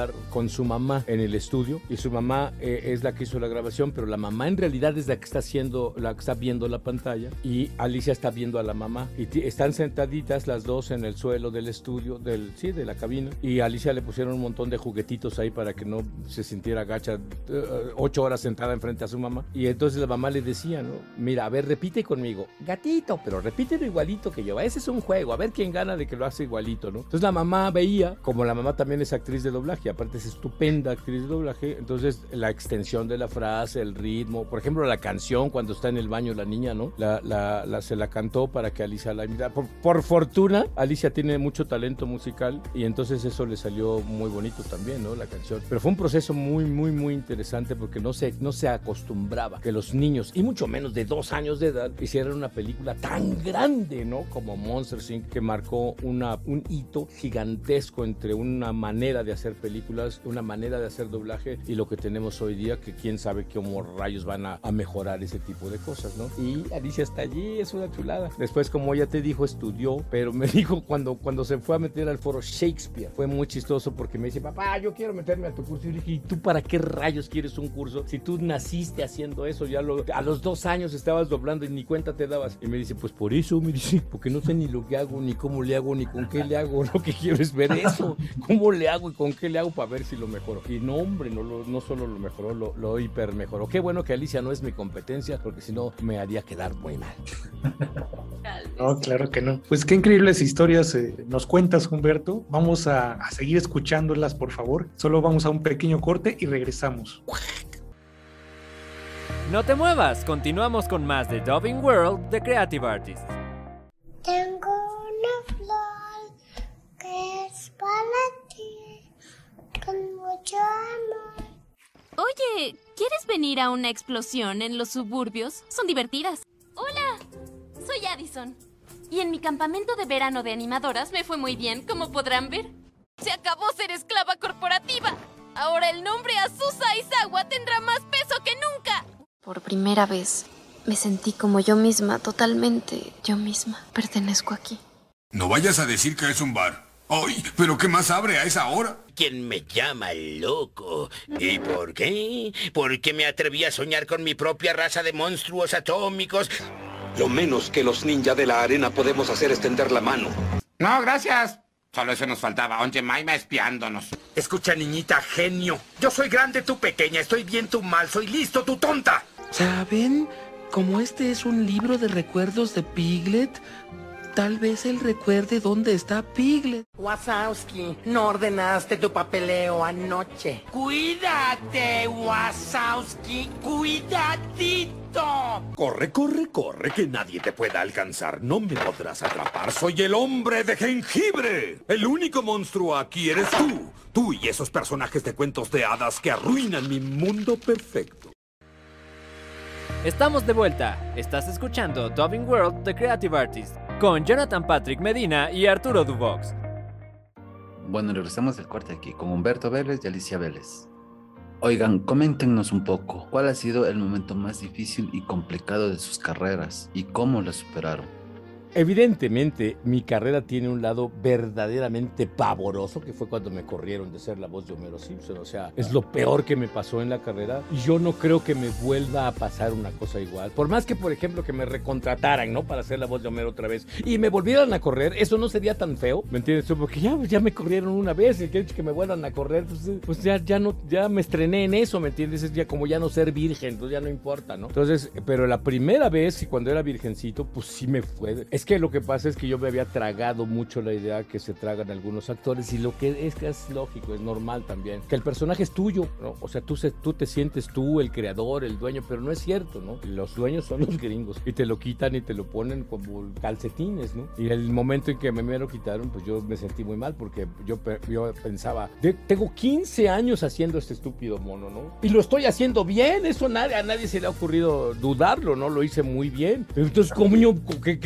grabar con su mamá en el estudio y su mamá eh, es la que hizo la grabación, pero la mamá en realidad es la que está haciendo, la que está viendo la pantalla y Alicia está viendo a la mamá y t- están sentaditas las dos en el suelo del estudio, del, sí, de la cabina, y a Alicia le pusieron un montón de juguetitos ahí para que no se sintiera gacha, uh, ocho horas sentada enfrente a su mamá, y entonces la mamá le decía, ¿no? Mira, a ver, repite conmigo, gatito, pero repítelo igualito que yo, ese es un juego, a ver quién gana de que lo hace igualito, ¿no? Entonces la mamá veía, como la mamá también es actriz de doblaje, aparte es estupenda actriz de doblaje, entonces la extensión de la frase, el ritmo, por ejemplo la canción cuando está en el baño la niña, ¿no? La, la, la, se la cantó para que Alicia la imitara. Por, por fortuna, Alicia tiene mucho talento musical y entonces eso le salió muy bonito también, ¿no? La canción. Pero fue un proceso muy, muy, muy interesante porque no se, no se acostumbraba que los niños, y mucho menos de dos años de edad, hicieran una película tan grande, ¿no? Como Monsters incorporated, que marcó una, un hito gigantesco entre una manera de hacer películas, una manera de hacer doblaje y lo que tenemos hoy día, que quién sabe cómo rayos van a, a mejorar ese tipo de cosas, ¿no? Y Alicia está allí, es una chulada. Después, como ella te dijo, estudió, pero me dijo cuando, cuando se fue a meter al foro Shakespeare, fue muy chistoso porque me dice, papá, yo quiero meterme a tu curso. Y yo dije, ¿y tú para qué rayos quieres un curso? Si tú naciste haciendo eso, ya lo, a los dos años estabas doblando y ni cuenta te dabas. Y me dice, pues por eso, me dice, porque no sé ni lo que hago, ni cómo le hago, ni con qué le hago. Lo que quiero es ver eso, cómo le hago y con qué le hago para ver si lo mejoro. Y no, hombre, no, lo, no solo lo mejoró, lo, lo hiper mejoró. Qué bueno que Alicia no es mi competencia, porque si no me haría quedar muy mal. No, claro que no. Pues qué increíbles historias eh, nos cuentas, Humberto. Vamos a, a seguir escuchándolas, por favor. Solo vamos a un pequeño corte y regresamos. No te muevas, continuamos con más de Dubbing World de Creative Artists. Tengo una flor que es para ti, con mucho amor. Oye, ¿quieres venir a una explosión en los suburbios? Son divertidas. Hola, soy Addison. Y en mi campamento de verano de animadoras me fue muy bien, como podrán ver. Se acabó ser esclava corporativa. Ahora el nombre Azusa Aizawa tendrá más peso que nunca. Por primera vez me sentí como yo misma, totalmente yo misma. Pertenezco aquí. No vayas a decir que es un bar. ¡Ay! ¿Pero qué más abre a esa hora? ¿Quién me llama loco? ¿Y por qué? Porque me atreví a soñar con mi propia raza de monstruos atómicos. Lo menos que los ninjas de la arena podemos hacer es tender la mano. No, gracias. Solo eso nos faltaba. Onche Maima espiándonos. Escucha, niñita genio. Yo soy grande, tú pequeña. Estoy bien, tú mal. Soy listo, tú tonta. ¿Saben? Como este es un libro de recuerdos de Piglet, tal vez él recuerde dónde está Piglet. Wazowski, no ordenaste tu papeleo anoche. ¡Cuídate, Wazowski! ¡Cuidadito! Corre, corre, corre, que nadie te pueda alcanzar. No me podrás atrapar. Soy el hombre de jengibre. El único monstruo aquí eres tú. Tú y esos personajes de cuentos de hadas que arruinan mi mundo perfecto. Estamos de vuelta. Estás escuchando Dubbing World de Creative Artists con Jonathan Patrick Medina y Arturo Dubox. Bueno, regresamos del corte aquí con Humberto Vélez y Alicia Vélez. Oigan, coméntenos un poco, ¿cuál ha sido el momento más difícil y complicado de sus carreras y cómo la superaron? Evidentemente, mi carrera tiene un lado verdaderamente pavoroso, que fue cuando me corrieron de ser la voz de Homero Simpson. O sea, es lo peor que me pasó en la carrera y yo no creo que me vuelva a pasar una cosa igual. Por más que, por ejemplo, que me recontrataran, ¿no? Para ser la voz de Homero otra vez y me volvieran a correr, eso no sería tan feo, ¿me entiendes? Porque ya, ya me corrieron una vez y que, que me vuelvan a correr, pues, pues ya, ya, no, ya me estrené en eso, ¿me entiendes? Es ya como ya no ser virgen, entonces ya no importa, ¿no? Entonces, pero la primera vez, y cuando era virgencito, pues sí me fue. Es que lo que pasa es que yo me había tragado mucho la idea que se tragan algunos actores, y lo que es que es lógico, es normal también, que el personaje es tuyo, ¿no? O sea, tú, se, tú te sientes tú, el creador, el dueño, pero no es cierto, ¿no? Los dueños son los gringos y te lo quitan y te lo ponen como calcetines, ¿no? Y el momento en que me, me lo quitaron, pues yo me sentí muy mal porque yo, yo pensaba, tengo quince años haciendo este estúpido mono, ¿no? Y lo estoy haciendo bien, eso nadie, a nadie se le ha ocurrido dudarlo, ¿no? Lo hice muy bien. Entonces, coño, ¿qué, qué, cuál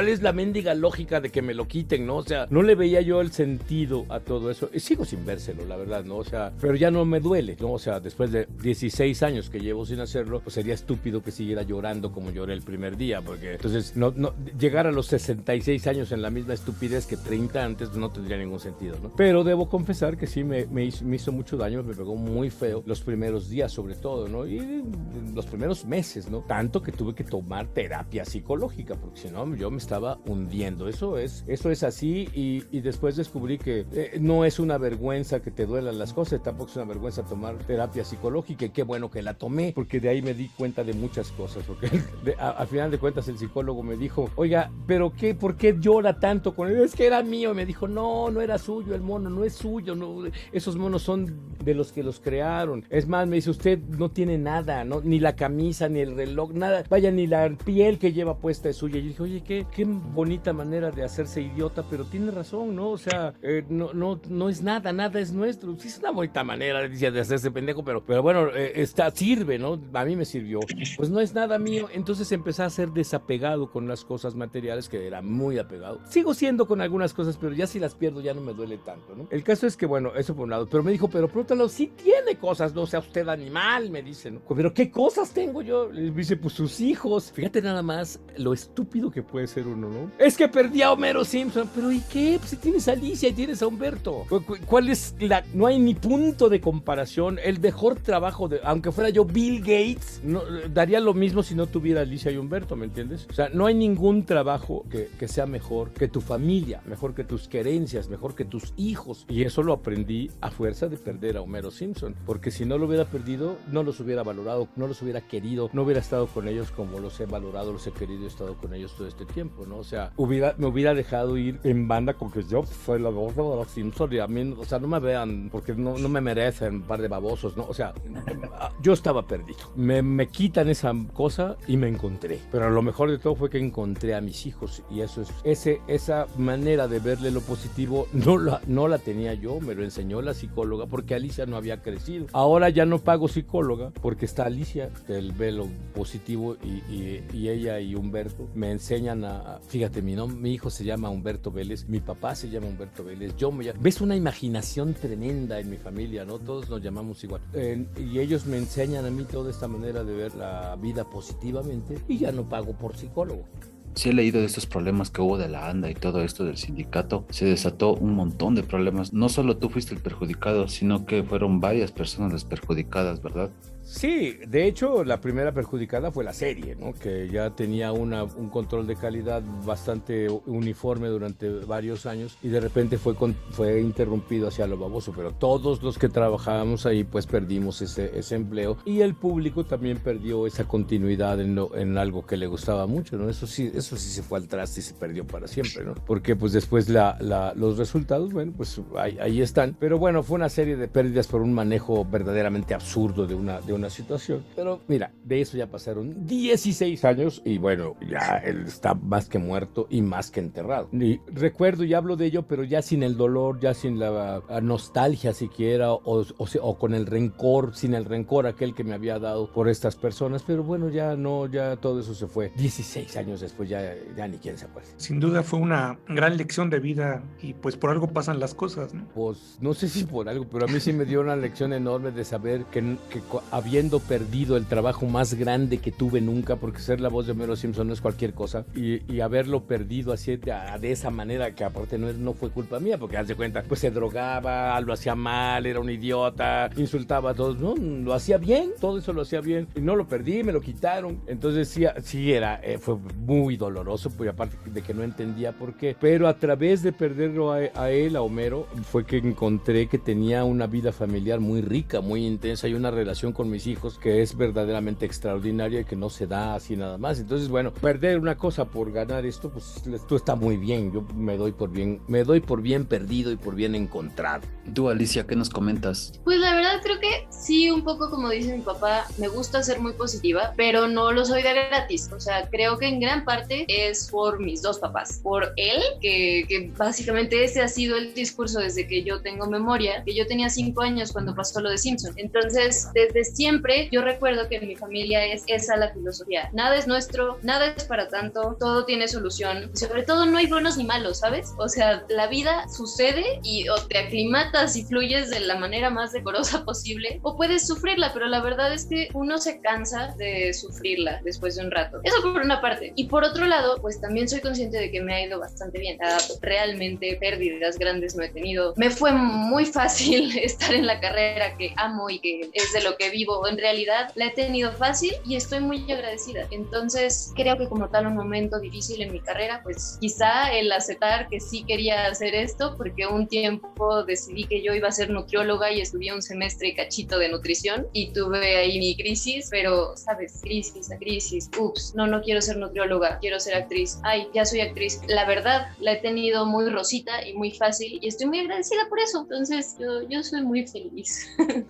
¿cuál es la mendiga lógica de que me lo quiten, no? O sea, no le veía yo el sentido a todo eso. Y sigo sin vérselo, la verdad, ¿no? O sea, pero ya no me duele, ¿no? O sea, después de dieciséis años que llevo sin hacerlo, pues sería estúpido que siguiera llorando como lloré el primer día, porque entonces no, no, llegar a los sesenta y seis años en la misma estupidez que treinta antes no tendría ningún sentido, ¿no? Pero debo confesar que sí me, me, hizo, me hizo mucho daño, me pegó muy feo los primeros días sobre todo, ¿no? Y los primeros meses, ¿no? Tanto que tuve que tomar terapia psicológica, porque si no yo me estaba hundiendo. Eso es, eso es así y, y después descubrí que eh, no es una vergüenza que te duelan las cosas, tampoco es una vergüenza tomar terapia psicológica y qué bueno que la tomé, porque de ahí me di cuenta de muchas cosas, porque de, a, a final de cuentas el psicólogo me dijo, oiga, ¿pero qué? ¿Por qué llora tanto con él? Es que era mío. Y me dijo, no, no era suyo el mono, no es suyo, no, esos monos son de los que los crearon. Es más, me dice, usted no tiene nada, ¿no? Ni la camisa, ni el reloj, nada, vaya, ni la piel que lleva puesta es suya. Y yo dije, oye, qué, qué bonita manera de hacerse idiota, pero tiene razón, ¿no? O sea, eh, no, no, no es nada, nada es nuestro. Sí, es una bonita manera de hacerse pendejo, pero, pero bueno, eh, está, sirve, ¿no? A mí me sirvió. Pues no es nada mío. Entonces empecé a ser desapegado con las cosas materiales, que era muy apegado. Sigo siendo con algunas cosas, pero ya si las pierdo ya no me duele tanto, ¿no? El caso es que, bueno, eso por un lado, pero me dijo, pero por otro lado, sí tiene cosas, no sea usted animal, me dice, ¿no? Pero ¿qué cosas tengo yo? Le dice, pues sus hijos. Fíjate nada más lo estúpido que puede ser uno, ¿no? Es que perdí a Homero Simpson, pero ¿y qué? Pues si tienes a Alicia y tienes a Humberto. ¿Cuál es la...? No hay ni punto de comparación. El mejor trabajo, de, aunque fuera yo Bill Gates, no, daría lo mismo si no tuviera a Alicia y Humberto, ¿me entiendes? O sea, no hay ningún trabajo que, que sea mejor que tu familia, mejor que tus querencias, mejor que tus hijos. Y eso lo aprendí a fuerza de perder a Homero Simpson, porque si no lo hubiera perdido, no los hubiera valorado, no los hubiera querido, no hubiera estado con ellos como los he valorado, los he querido y he estado con ellos todo este tiempo, ¿no? O sea, hubiera, me hubiera dejado ir en banda con que yo soy la voz de los Simpsons y a mí, o sea, no me vean porque no, no me merecen un par de babosos, ¿no? O sea, yo estaba perdido. Me, me quitan esa cosa y me encontré. Pero lo mejor de todo fue que encontré a mis hijos y eso es, ese, esa manera de verle lo positivo no la, no la tenía yo, me lo enseñó la psicóloga porque Alicia no había crecido. Ahora ya no pago psicóloga porque está Alicia, que él ve lo positivo y, y, y ella y Humberto me enseñan a, fíjate, mi, nombre, mi hijo se llama Humberto Vélez, mi papá se llama Humberto Vélez, yo me llamo, ves una imaginación tremenda en mi familia, ¿no? Todos nos llamamos igual. Eh, y ellos me enseñan a mí toda esta manera de ver la vida positivamente y ya no pago por psicólogo. Sí he leído de estos problemas que hubo de la ANDA y todo esto del sindicato. Se desató un montón de problemas. No solo tú fuiste el perjudicado, sino que fueron varias personas las perjudicadas, ¿verdad? Sí, de hecho la primera perjudicada fue la serie, ¿no? Que ya tenía una, un control de calidad bastante uniforme durante varios años y de repente fue, con, fue interrumpido hacia lo baboso, pero todos los que trabajábamos ahí pues perdimos ese, ese empleo y el público también perdió esa continuidad en, lo, en algo que le gustaba mucho, ¿no? Eso sí, eso sí se fue al traste y se perdió para siempre, ¿no? Porque pues después la, la, los resultados, bueno, pues ahí, ahí están, pero bueno, fue una serie de pérdidas por un manejo verdaderamente absurdo de una, de una situación, pero mira, de eso ya pasaron dieciséis años y bueno, ya él está más que muerto y más que enterrado. Y recuerdo y hablo de ello, pero ya sin el dolor, ya sin la nostalgia siquiera, o, o, o con el rencor, sin el rencor aquel que me había dado por estas personas, pero bueno, ya no, ya todo eso se fue. dieciséis años después ya, ya ni quién se acuerda. Sin duda fue una gran lección de vida y pues por algo pasan las cosas, ¿no? Pues no sé si por algo, pero a mí sí me dio una lección enorme de saber que, que habiendo perdido el trabajo más grande que tuve nunca, porque ser la voz de Homero Simpson no es cualquier cosa, y, y haberlo perdido así de, de esa manera, que aparte no, no fue culpa mía, porque haz de cuenta, pues se drogaba, lo hacía mal, era un idiota, insultaba a todos, no, lo hacía bien, todo eso lo hacía bien, y no lo perdí, me lo quitaron, entonces sí, sí era, eh, fue muy doloroso, pues aparte de que no entendía por qué, pero a través de perderlo a, a él, a Homero, fue que encontré que tenía una vida familiar muy rica, muy intensa, y una relación con mis hijos que es verdaderamente extraordinaria y que no se da así nada más. Entonces, bueno, perder una cosa por ganar esto, pues esto está muy bien. Yo me doy por bien, me doy por bien perdido y por bien encontrado. Tú, Alicia, ¿qué nos comentas? Pues la verdad creo que sí, un poco como dice mi papá, me gusta ser muy positiva, pero no lo soy de gratis. O sea, creo que en gran parte es por mis dos papás. Por él, que, que básicamente ese ha sido el discurso desde que yo tengo memoria, que yo tenía cinco años cuando pasó lo de Simpson. Entonces, desde siempre siempre yo recuerdo que en mi familia es esa la filosofía. Nada es nuestro, nada es para tanto, todo tiene solución. Y sobre todo no hay buenos ni malos, ¿sabes? O sea, la vida sucede y o te aclimatas y fluyes de la manera más decorosa posible o puedes sufrirla, pero la verdad es que uno se cansa de sufrirla después de un rato. Eso por una parte. Y por otro lado, pues también soy consciente de que me ha ido bastante bien. O sea, realmente pérdidas grandes no he tenido. Me fue muy fácil estar en la carrera que amo y que es de lo que vivo. En realidad la he tenido fácil y estoy muy agradecida. Entonces creo que como tal un momento difícil en mi carrera, pues quizá el aceptar que sí quería hacer esto, porque un tiempo decidí que yo iba a ser nutrióloga y estudié un semestre y cachito de nutrición y tuve ahí mi crisis, pero sabes, crisis a crisis, ups, no, no quiero ser nutrióloga, quiero ser actriz, ay, ya soy actriz. La verdad, la he tenido muy rosita y muy fácil y estoy muy agradecida por eso. Entonces yo, yo soy muy feliz.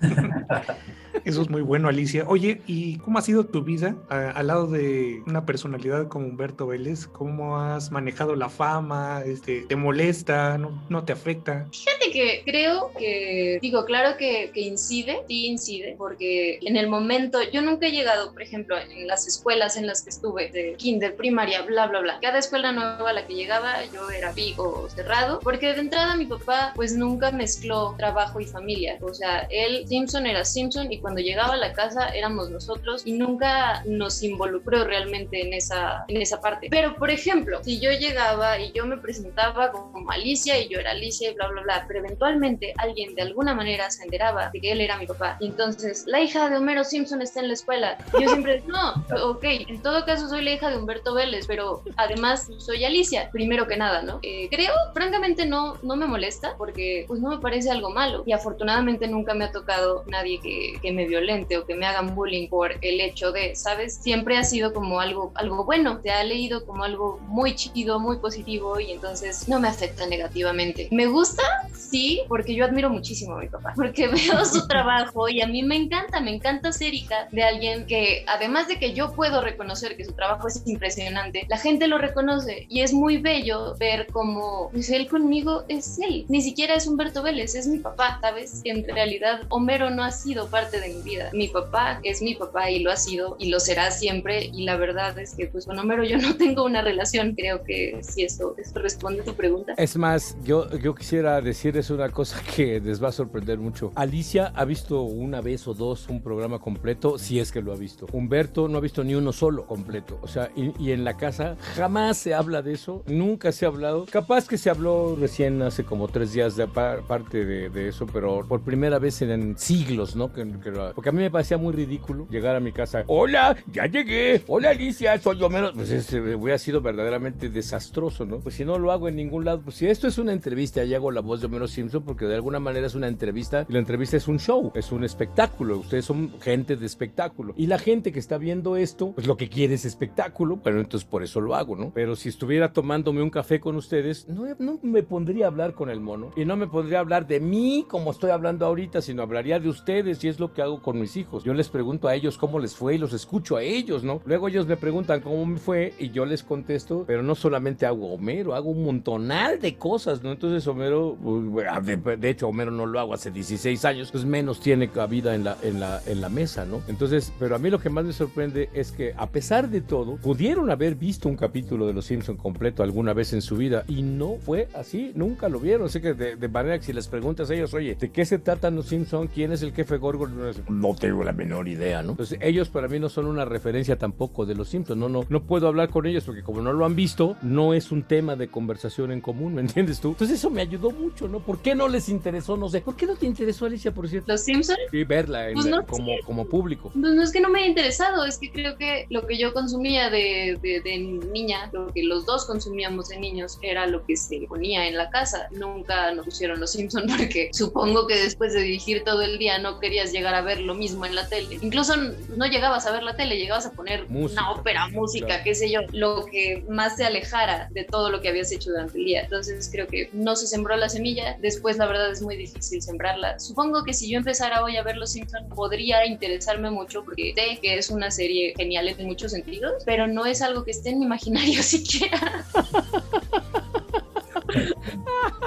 Eso es muy bueno, Alicia. Oye, ¿y cómo ha sido tu vida a, al lado de una personalidad como Humberto Vélez? ¿Cómo has manejado la fama? Este, ¿te molesta? ¿No, no te afecta? Fíjate que creo que, digo, claro que, que incide, sí incide, porque en el momento, yo nunca he llegado, por ejemplo, en las escuelas en las que estuve, de kinder, primaria, bla, bla, bla. Cada escuela nueva a la que llegaba, yo era big o cerrado, porque de entrada mi papá, pues nunca mezcló trabajo y familia. O sea, él, Simpson era Simpson y cuando llegaba a la casa éramos nosotros y nunca nos involucró realmente en esa, en esa parte. Pero, por ejemplo, si yo llegaba y yo me presentaba como Alicia y yo era Alicia y bla, bla, bla, pero eventualmente alguien de alguna manera se enteraba de que él era mi papá. Y entonces, la hija de Homero Simpson está en la escuela. Y yo siempre, no, ok, en todo caso soy la hija de Humberto Vélez, pero además soy Alicia, primero que nada, ¿no? Eh, creo, francamente, no, no me molesta porque pues no me parece algo malo y afortunadamente nunca me ha tocado nadie que, que me violente o que me hagan bullying por el hecho de, ¿sabes? Siempre ha sido como algo, algo bueno, te ha leído como algo muy chido, muy positivo y entonces no me afecta negativamente. ¿Me gusta? Sí, porque yo admiro muchísimo a mi papá, porque veo su trabajo y a mí me encanta, me encanta ser hija de alguien que, además de que yo puedo reconocer que su trabajo es impresionante, la gente lo reconoce y es muy bello ver cómo pues él conmigo es él, ni siquiera es Humberto Vélez, es mi papá, ¿sabes? En realidad Homero no ha sido parte de mi vida, mi papá es mi papá y lo ha sido y lo será siempre y la verdad es que pues con Homero yo no tengo una relación. Creo que si esto, esto responde a tu pregunta. Es más, yo, yo quisiera decirles una cosa que les va a sorprender mucho. Alicia ha visto una vez o dos un programa completo, si es que lo ha visto. Humberto no ha visto ni uno solo completo. O sea, y, y en la casa jamás se habla de eso, nunca se ha hablado. Capaz que se habló recién hace como tres días de par, parte de, de eso, pero por primera vez en, en siglos, ¿no? Que, que, porque a mí me parecía muy ridículo llegar a mi casa. ¡Hola! ¡Ya llegué! ¡Hola, Alicia! Soy Homero. Pues ese hubiera sido verdaderamente desastroso, ¿no? Pues si no lo hago en ningún lado, pues si esto es una entrevista, ya hago la voz de Homero Simpson porque de alguna manera es una entrevista y la entrevista es un show, es un espectáculo. Ustedes son gente de espectáculo y la gente que está viendo esto, pues lo que quiere es espectáculo, pero entonces por eso lo hago, ¿no? Pero si estuviera tomándome un café con ustedes, no, no me pondría a hablar con el mono y no me pondría a hablar de mí como estoy hablando ahorita, sino hablaría de ustedes y es lo que hago con mis hijos. Yo les pregunto a ellos cómo les fue y los escucho a ellos, ¿no? Luego ellos me preguntan cómo me fue y yo les contesto, pero no solamente hago Homero, hago un montonal de cosas, ¿no? Entonces Homero, de, de hecho Homero no lo hago hace dieciséis años, pues menos tiene cabida en la, en la, en la mesa, ¿no? Entonces, pero a mí lo que más me sorprende es que a pesar de todo, pudieron haber visto un capítulo de Los Simpson completo alguna vez en su vida y no fue así, nunca lo vieron. Así que de, de manera que si les preguntas a ellos, oye, ¿de qué se tratan Los Simpson? ¿Quién es el jefe Gorgon? No tengo la menor idea, ¿no? Entonces ellos para mí no son una referencia tampoco de Los Simpson, no, no, no puedo hablar con ellos porque como no lo han visto, no es un tema de conversación en común, ¿me entiendes tú? Entonces eso me ayudó mucho, ¿no? ¿Por qué no les interesó? No sé. ¿Por qué no te interesó, Alicia, por cierto? ¿Los Simpson? Sí, verla en pues la, no, como, sí. como público. Pues no es que no me haya interesado, es que creo que lo que yo consumía de, de, de niña, lo que los dos consumíamos de niños, era lo que se ponía en la casa. Nunca nos pusieron Los Simpson porque supongo que después de dirigir todo el día no querías llegar a ver lo mismo en la tele. Incluso no llegabas a ver la tele, llegabas a poner música, una ópera, música, claro. Qué sé yo, lo que más te alejara de todo lo que habías hecho durante el día. Entonces creo que no se sembró la semilla, después la verdad es muy difícil sembrarla. Supongo que si yo empezara hoy a ver Los Simpson podría interesarme mucho porque sé que es una serie genial en muchos sentidos, pero no es algo que esté en mi imaginario siquiera. Eso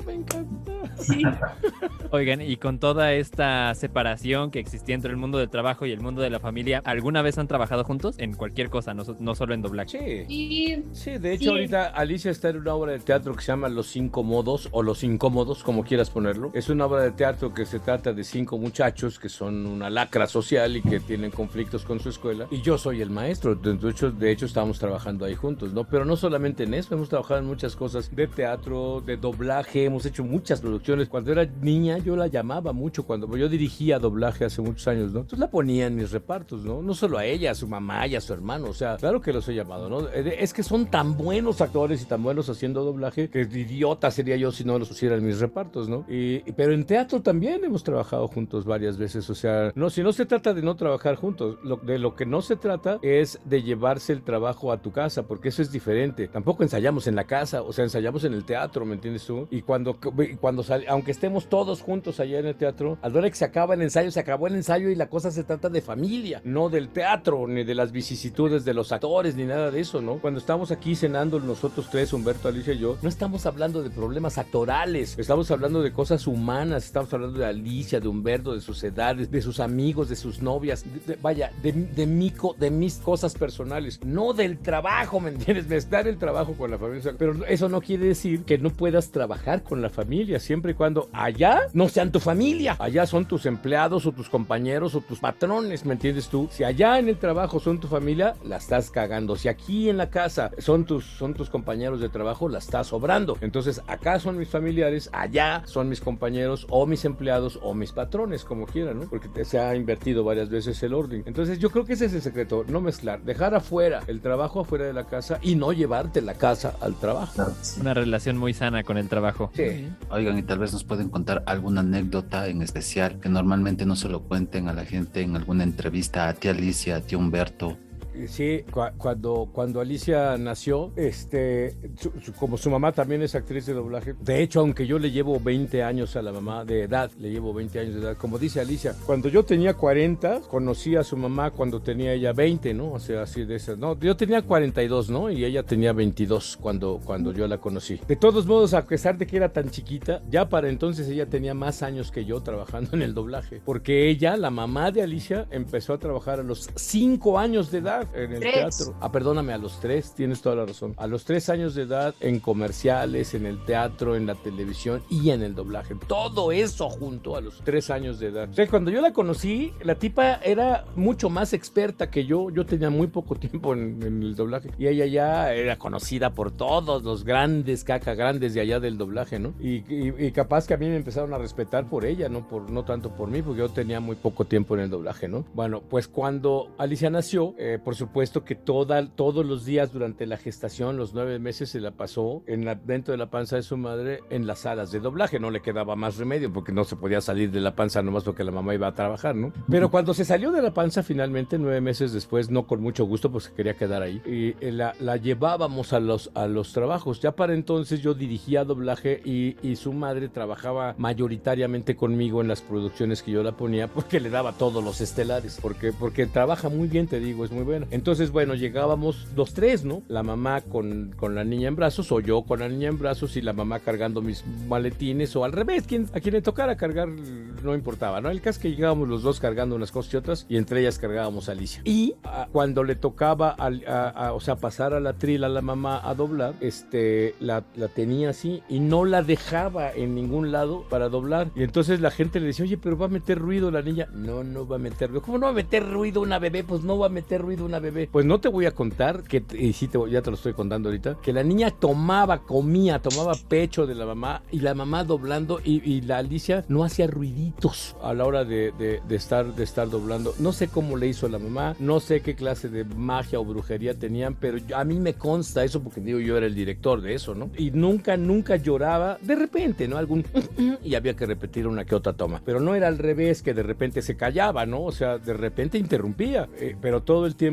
me encanta. Sí. Oigan, y con toda esta separación que existía entre el mundo del trabajo y el mundo de la familia, ¿alguna vez han trabajado juntos? En cualquier cosa, no, no solo en doblaje. Sí. Y... Sí, de hecho sí. ahorita Alicia está en una obra de teatro que se llama Los Cinco Modos o Los Incómodos, como quieras ponerlo. Es una obra de teatro que se trata de cinco muchachos que son una lacra social y que tienen conflictos con su escuela. Y yo soy el maestro. De hecho, de hecho estábamos trabajando ahí juntos, ¿no? Pero no solamente en eso, hemos trabajado en muchas cosas de teatro, de doblaje, hemos hecho muchas producciones. Cuando era niña yo la llamaba mucho, cuando yo dirigía doblaje hace muchos años, ¿no? Entonces la ponía en mis repartos, ¿no? No solo a ella, a su mamá y a su hermano, o sea, claro que los he llamado, ¿no? Es que son tan buenos actores y tan buenos haciendo doblaje que idiota sería yo si no los pusiera en mis repartos, ¿no? Y, pero en teatro también hemos trabajado juntos varias veces, o sea, no, si no se trata de no trabajar juntos, lo, de lo que no se trata es de llevarse el trabajo a tu casa, porque eso es diferente. Tampoco ensayamos en la casa, o sea, ensayamos en el teatro, ¿me entiendes tú? Y cuando, cuando sale, aunque estemos todos juntos allá en el teatro, a la hora que se acaba el ensayo, se acabó el ensayo y la cosa se trata de familia, no del teatro, ni de las vicisitudes de los actores, ni nada de eso, ¿no? Cuando estamos aquí cenando nosotros tres, Humberto, Alicia y yo, no estamos hablando de problemas actorales, estamos hablando de cosas humanas, estamos hablando de Alicia, de Humberto, de sus edades, de sus amigos, de sus novias, de, de, vaya, de, de, mi, de mis cosas personales, no del trabajo, ¿me entiendes? Mezclar el trabajo con la familia, pero eso no quiere decir que no puedas trabajar con la familia, siempre y cuando allá no sean tu familia, allá son tus empleados o tus compañeros o tus patrones, ¿me entiendes tú? Si allá en el trabajo son tu familia, la estás cagando. Si aquí en la casa son tus, son tus compañeros de trabajo, la estás sobrando. Entonces acá son mis familiares, allá son mis compañeros o mis empleados o mis patrones, como quieran, ¿no? Porque se ha invertido varias veces el orden. Entonces yo creo que ese es el secreto, no mezclar, dejar afuera el trabajo afuera de la casa y no llevarte la casa al trabajo. Claro, sí. Una relación muy sana con el trabajo. Sí. Oigan, y tal vez nos pueden contar alguna anécdota en especial que normalmente no se lo cuenten a la gente en alguna entrevista, a ti Alicia, a ti Humberto. Sí, cu cuando, cuando Alicia nació, este, su, su, como su mamá también es actriz de doblaje, de hecho, aunque yo le llevo veinte años a la mamá de edad, le llevo veinte años de edad, como dice Alicia, cuando yo tenía cuarenta, conocí a su mamá cuando tenía ella veinte, ¿no? O sea, así de esas, no, yo tenía cuarenta y dos, ¿no? Y ella tenía veintidós cuando, cuando yo la conocí. De todos modos, a pesar de que era tan chiquita, ya para entonces ella tenía más años que yo trabajando en el doblaje, porque ella, la mamá de Alicia, empezó a trabajar a los cinco años de edad en el tres. teatro. Ah, perdóname, a los tres, tienes toda la razón. A los tres años de edad, en comerciales, en el teatro, en la televisión y en el doblaje. Todo eso junto a los tres años de edad. O sea, cuando yo la conocí, la tipa era mucho más experta que yo. Yo tenía muy poco tiempo en, en el doblaje. Y ella ya era conocida por todos los grandes, caca grandes de allá del doblaje, ¿no? Y, y, y capaz que a mí me empezaron a respetar por ella, no, por, no tanto por mí, porque yo tenía muy poco tiempo en el doblaje, ¿no? Bueno, pues cuando Alicia nació, eh, por supuesto que toda, todos los días durante la gestación, los nueve meses, se la pasó en la, dentro de la panza de su madre en las salas de doblaje. No le quedaba más remedio porque no se podía salir de la panza nomás porque la mamá iba a trabajar, ¿no? Pero cuando se salió de la panza finalmente, nueve meses después, no con mucho gusto, pues se quería quedar ahí, y la, la llevábamos a los, a los trabajos. Ya para entonces yo dirigía doblaje y, y su madre trabajaba mayoritariamente conmigo en las producciones que yo la ponía porque le daba todos los estelares, porque, porque trabaja muy bien, te digo, es muy buena. Entonces, bueno, llegábamos los tres, ¿no? La mamá con, con la niña en brazos, o yo con la niña en brazos y la mamá cargando mis maletines, o al revés, quien, a quien le tocara cargar no importaba, ¿no? El caso es que llegábamos los dos cargando unas cosas y otras, y entre ellas cargábamos a Alicia. Y a, cuando le tocaba, a, a, a, o sea, pasar a la tril a la mamá a doblar, este, la, la tenía así y no la dejaba en ningún lado para doblar. Y entonces la gente le decía, oye, pero va a meter ruido la niña. No, no va a meter ruido. ¿Cómo no va a meter ruido una bebé? Pues no va a meter ruido una bebé. Pues no te voy a contar, que y sí te, ya te lo estoy contando ahorita, que la niña tomaba, comía, tomaba pecho de la mamá, y la mamá doblando, y, y la Alicia no hacía ruiditos a la hora de, de, de, estar, de estar doblando. No sé cómo le hizo la mamá, no sé qué clase de magia o brujería tenían, pero yo, a mí me consta eso porque digo, yo era el director de eso, ¿no? Y nunca, nunca lloraba, de repente, ¿no? Algún y había que repetir una que otra toma, pero no era al revés, que de repente se callaba, ¿no? O sea, de repente interrumpía, eh, pero todo el tiempo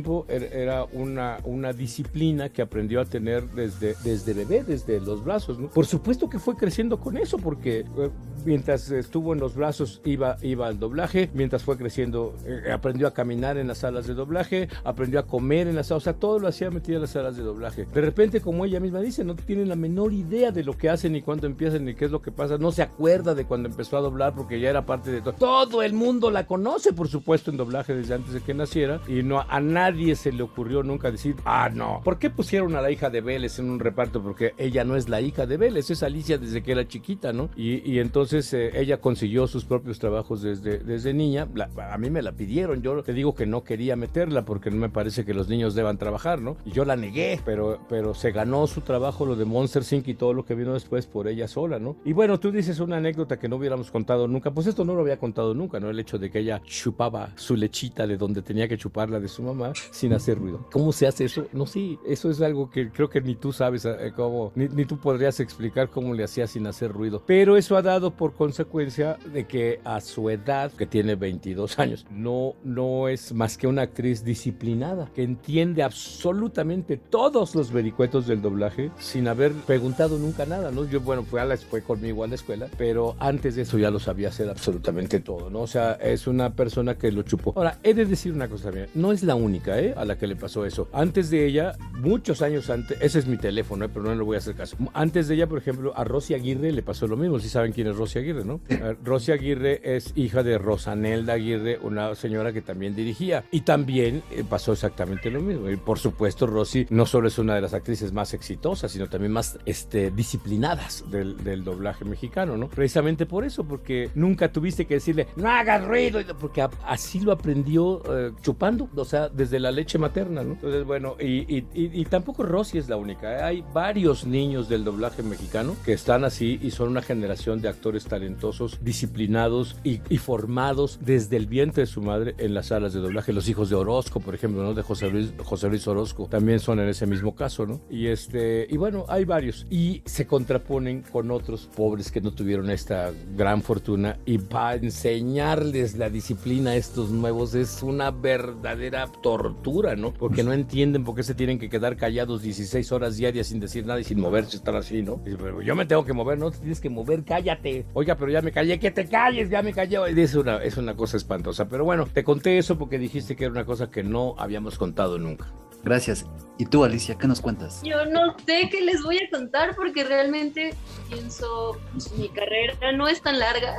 tiempo era una, una disciplina que aprendió a tener desde, desde bebé, desde los brazos, ¿no? Por supuesto que fue creciendo con eso, porque eh, mientras estuvo en los brazos iba, iba al doblaje, mientras fue creciendo eh, aprendió a caminar en las salas de doblaje, aprendió a comer en las salas, o sea, todo lo hacía metida en las salas de doblaje. De repente, como ella misma dice, no tienen la menor idea de lo que hacen, ni cuándo empiezan, ni qué es lo que pasa, no se acuerda de cuando empezó a doblar, porque ya era parte de todo. Todo el mundo la conoce, por supuesto, en doblaje desde antes de que naciera, y no a nadie se le ocurrió nunca decir, ah, no, ¿por qué pusieron a la hija de Vélez en un reparto? Porque ella no es la hija de Vélez, es Alicia desde que era chiquita, ¿no? Y, y entonces eh, ella consiguió sus propios trabajos desde, desde niña. La, a mí me la pidieron, yo te digo que no quería meterla porque no me parece que los niños deban trabajar, ¿no? Y yo la negué, pero, pero se ganó su trabajo, lo de Monster inc y todo lo que vino después por ella sola, ¿no? Y bueno, tú dices una anécdota que no hubiéramos contado nunca, pues esto no lo había contado nunca, ¿no? El hecho de que ella chupaba su lechita de donde tenía que chuparla de su mamá sin hacer ruido. ¿Cómo se hace eso? No sé, eso es algo que creo que ni tú sabes eh, cómo, ni, ni tú podrías explicar cómo le hacía sin hacer ruido. Pero eso ha dado por consecuencia de que a su edad, que tiene veintidós años, no, no es más que una actriz disciplinada, que entiende absolutamente todos los vericuetos del doblaje sin haber preguntado nunca nada, ¿no? Yo, bueno, fue, a la, fue conmigo a la escuela, pero antes de eso ya lo sabía hacer absolutamente todo, ¿no? O sea, es una persona que lo chupó. Ahora, he de decir una cosa también, no es la única, ¿eh? A la que le pasó eso. Antes de ella, muchos años antes, ese es mi teléfono, ¿eh? Pero no le voy a hacer caso. Antes de ella, por ejemplo, a Rosy Aguirre le pasó lo mismo. ¿Sí saben quién es Rosy Aguirre, no? Uh, Rosy Aguirre es hija de Rosanelda Aguirre, una señora que también dirigía. Y también eh, pasó exactamente lo mismo. Y por supuesto, Rosy no solo es una de las actrices más exitosas, sino también más este, disciplinadas del, del doblaje mexicano, ¿no? Precisamente por eso, porque nunca tuviste que decirle, no hagas ruido, porque a, así lo aprendió eh, chupando, o sea, desde la leche materna, ¿no? Entonces, bueno, y, y, y, y tampoco Rosy es la única, ¿eh? Hay varios niños del doblaje mexicano que están así y son una generación de actores talentosos, disciplinados y, y formados desde el vientre de su madre en las salas de doblaje. Los hijos de Orozco, por ejemplo, ¿no? De José Luis, José Luis Orozco, también son en ese mismo caso, ¿no? Y este, y bueno, hay varios. Y se contraponen con otros pobres que no tuvieron esta gran fortuna, y para enseñarles la disciplina a estos nuevos es una verdadera tortura, ¿no? Porque no entienden por qué se tienen que quedar callados dieciséis horas diarias sin decir nada y sin moverse, estar así, ¿no? Y, pero yo me tengo que mover, no te tienes que mover, cállate. Oiga, pero ya me callé, que te calles, ya me callé. Es una, es una cosa espantosa. Pero bueno, te conté eso porque dijiste que era una cosa que no habíamos contado nunca. Gracias. ¿Y tú, Alicia, qué nos cuentas? Yo no sé qué les voy a contar porque realmente pienso, pues, mi carrera no es tan larga.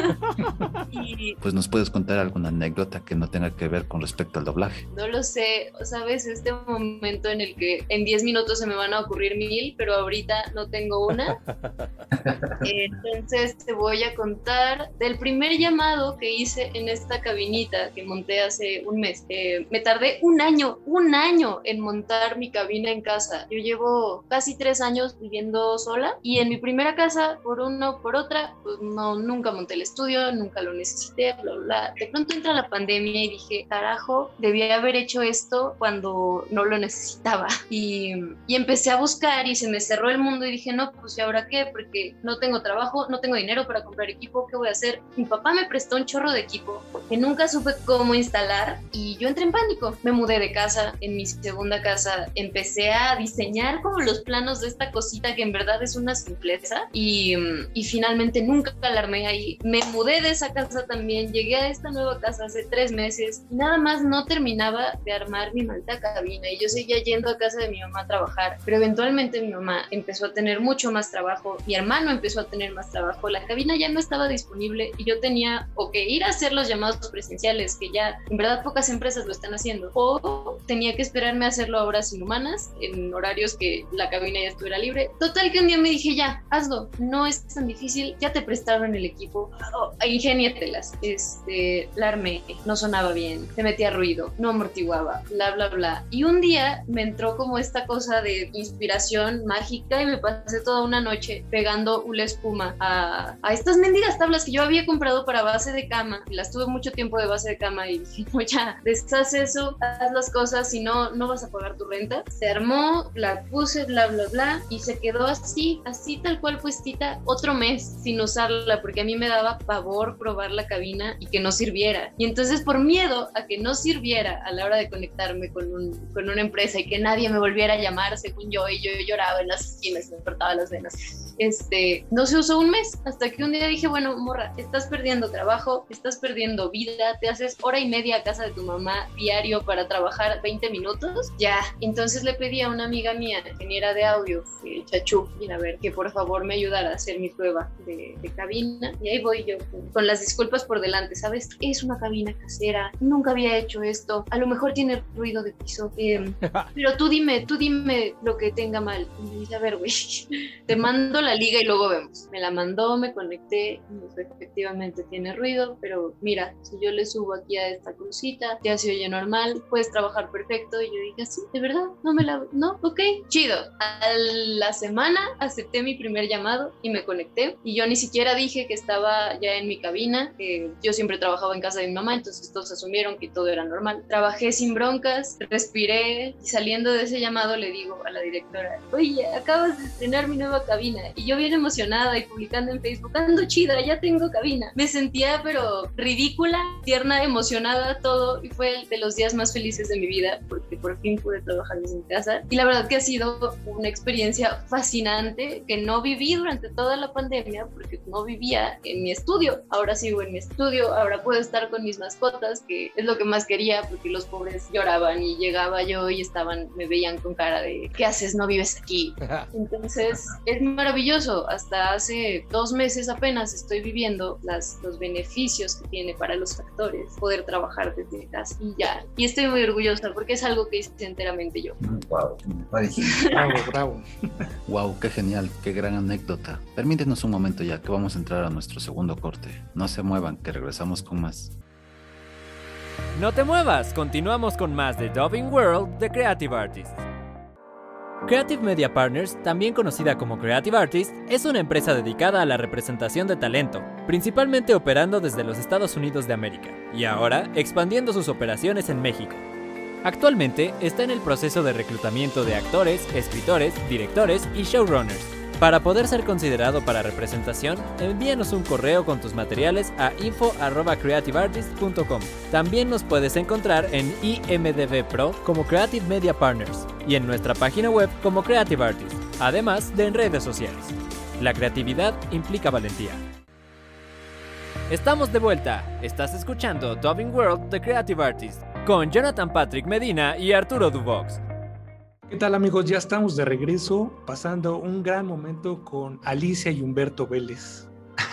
Y pues nos puedes contar alguna anécdota que no tenga que ver con respecto al doblaje. No lo sé, ¿sabes? Este momento en el que en diez minutos se me van a ocurrir mil, pero ahorita no tengo una. Entonces te voy a contar del primer llamado que hice en esta cabinita que monté hace un mes. Eh, me tardé un año, un año en montar mi cabina en casa. Yo llevo casi tres años viviendo sola y en mi primera casa, por una o por otra, pues no, nunca monté el estudio, nunca lo necesité, bla, bla, bla. De pronto entra la pandemia y dije, carajo, debía haber hecho esto cuando no lo necesitaba. Y, y empecé a buscar y se me cerró el mundo y dije, no, pues ¿y ahora qué? Porque no tengo trabajo, no tengo dinero para comprar equipo, ¿qué voy a hacer? Mi papá me prestó un chorro de equipo que nunca supe cómo instalar y yo entré en pánico. Me mudé de casa, en mi segunda casa empecé a diseñar como los planos de esta cosita que en verdad es una simpleza y, y finalmente nunca la armé ahí. Me mudé de esa casa también, llegué a esta nueva casa hace tres meses y nada más no terminaba de armar mi maldita cabina y yo seguía yendo a casa de mi mamá a trabajar, pero eventualmente mi mamá empezó a tener mucho más trabajo, mi hermano empezó a tener más trabajo, la cabina ya no estaba disponible y yo tenía o que ir a hacer los llamados presenciales, que ya en verdad pocas empresas lo están haciendo, o tenía que esperar a hacerlo a horas inhumanas, en horarios que la cabina ya estuviera libre. Total que un día me dije, ya, hazlo, no es tan difícil, ya te prestaron el equipo, oh, ingéniatelas. Este, la armé, no sonaba bien, se metía ruido, no amortiguaba, bla, bla, bla. Y un día me entró como esta cosa de inspiración mágica y me pasé toda una noche pegando una espuma a, a estas mendigas tablas que yo había comprado para base de cama, y las tuve mucho tiempo de base de cama y dije, no, ya, deshaz eso, haz las cosas, si no, no vas a pagar tu su renta. Se armó, la puse, bla, bla, bla, y se quedó así, así tal cual puestita, otro mes sin usarla, porque a mí me daba pavor probar la cabina y que no sirviera. Y entonces, por miedo a que no sirviera a la hora de conectarme con, un, con una empresa y que nadie me volviera a llamar, según yo, y yo lloraba en las esquinas, me cortaba las venas, este, no se usó un mes, hasta que un día dije, bueno, morra, estás perdiendo trabajo, estás perdiendo vida, te haces hora y media a casa de tu mamá diario para trabajar veinte minutos, ya. Entonces le pedí a una amiga mía, ingeniera de audio, eh, Chachú, y a ver, que por favor me ayudara a hacer mi prueba de, de cabina, y ahí voy yo, con las disculpas por delante, ¿sabes? Es una cabina casera, nunca había hecho esto, a lo mejor tiene ruido de piso, eh, pero tú dime, tú dime lo que tenga mal. Y me dice, a ver, güey, te mando la liga y luego vemos. Me la mandó, me conecté, y me dijo, efectivamente tiene ruido, pero mira, si yo le subo aquí a esta cosita, ya se oye normal, puedes trabajar perfecto. Y yo dije, sí, de verdad, no me la... No, ok, chido. A la semana acepté mi primer llamado y me conecté, y yo ni siquiera dije que estaba ya en mi cabina, que yo siempre trabajaba en casa de mi mamá, entonces todos asumieron que todo era normal. Trabajé sin broncas, respiré, y saliendo de ese llamado le digo a la directora, oye, acabas de estrenar mi nueva cabina, y yo bien emocionada y publicando en Facebook, ando chida, ya tengo cabina. Me sentía pero ridícula, tierna, emocionada, todo, y fue de los días más felices de mi vida, porque por fin pude trabajar desde mi casa, y la verdad que ha sido una experiencia fascinante que no viví durante toda la pandemia, porque no vivía en mi estudio. Ahora sigo en mi estudio, ahora puedo estar con mis mascotas, que es lo que más quería, porque los pobres lloraban y llegaba yo y estaban, me veían con cara de ¿qué haces? No vives aquí. Entonces es maravilloso. Hasta hace dos meses apenas estoy viviendo las, los beneficios que tiene para los actores poder trabajar desde casa, y ya, y estoy muy orgullosa porque es algo que hice enteramente yo. Wow, bravo, bravo. Wow, qué genial, qué gran anécdota. Permítenos un momento ya que vamos a entrar a nuestro segundo corte. No se muevan, que regresamos con más. No te muevas, continuamos con más de Dubbing World de Creative Artists. Creative Media Partners, también conocida como Creative Artists, es una empresa dedicada a la representación de talento, principalmente operando desde los Estados Unidos de América, y ahora expandiendo sus operaciones en México. Actualmente está en el proceso de reclutamiento de actores, escritores, directores y showrunners. Para poder ser considerado para representación, envíanos un correo con tus materiales a info arroba creative artist punto com. También nos puedes encontrar en I M D B Pro como Creative Media Partners y en nuestra página web como Creative Artist, además de en redes sociales. La creatividad implica valentía. Estamos de vuelta. Estás escuchando Dubbing World de Creative Artist con Jonathan Patrick Medina y Arturo Dubox. ¿Qué tal, amigos? Ya estamos de regreso, pasando un gran momento con Alicia y Humberto Vélez.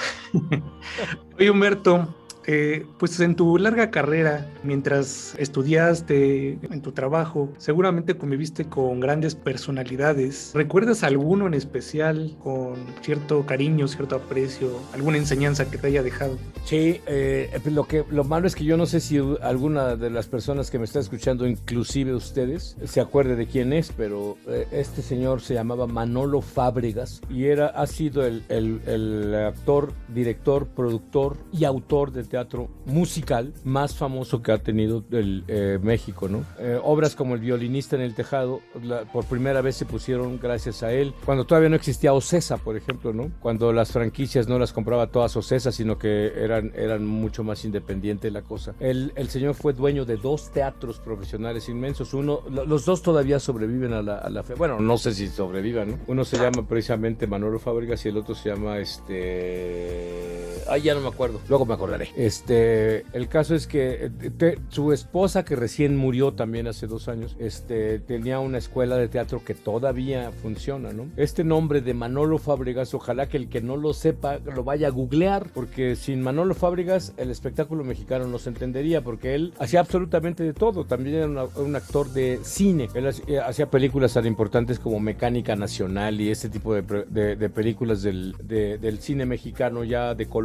Oye, Humberto, eh, pues en tu larga carrera, mientras estudiaste, en tu trabajo, seguramente conviviste con grandes personalidades. ¿Recuerdas alguno en especial con cierto cariño, cierto aprecio, alguna enseñanza que te haya dejado? Sí, eh, lo que lo malo es que yo no sé si alguna de las personas que me está escuchando, inclusive ustedes, se acuerde de quién es, pero eh, este señor se llamaba Manolo Fábregas y era, ha sido el, el, el actor, director, productor y autor de teatro musical más famoso que ha tenido el, eh, México, ¿no? Eh, obras como El violinista en el tejado, la, por primera vez se pusieron gracias a él, cuando todavía no existía Ocesa, por ejemplo, ¿no? Cuando las franquicias no las compraba todas Ocesa, sino que eran eran mucho más independiente la cosa. El, el señor fue dueño de dos teatros profesionales inmensos. Uno, los dos todavía sobreviven a la, a la fe. Bueno, no sé si sobrevivan, ¿no? Uno se llama precisamente Manolo Fábregas y el otro se llama este... Ay, ya no me acuerdo. Luego me acordaré. Este, el caso es que te, su esposa, que recién murió también hace dos años, este, tenía una escuela de teatro que todavía funciona, ¿no? Este nombre de Manolo Fábregas, ojalá que el que no lo sepa lo vaya a googlear, porque sin Manolo Fábregas el espectáculo mexicano no se entendería, porque él hacía absolutamente de todo. También era una, un actor de cine. Él hacía, hacía películas tan importantes como Mecánica Nacional y ese tipo de, de, de películas del, de, del cine mexicano ya de color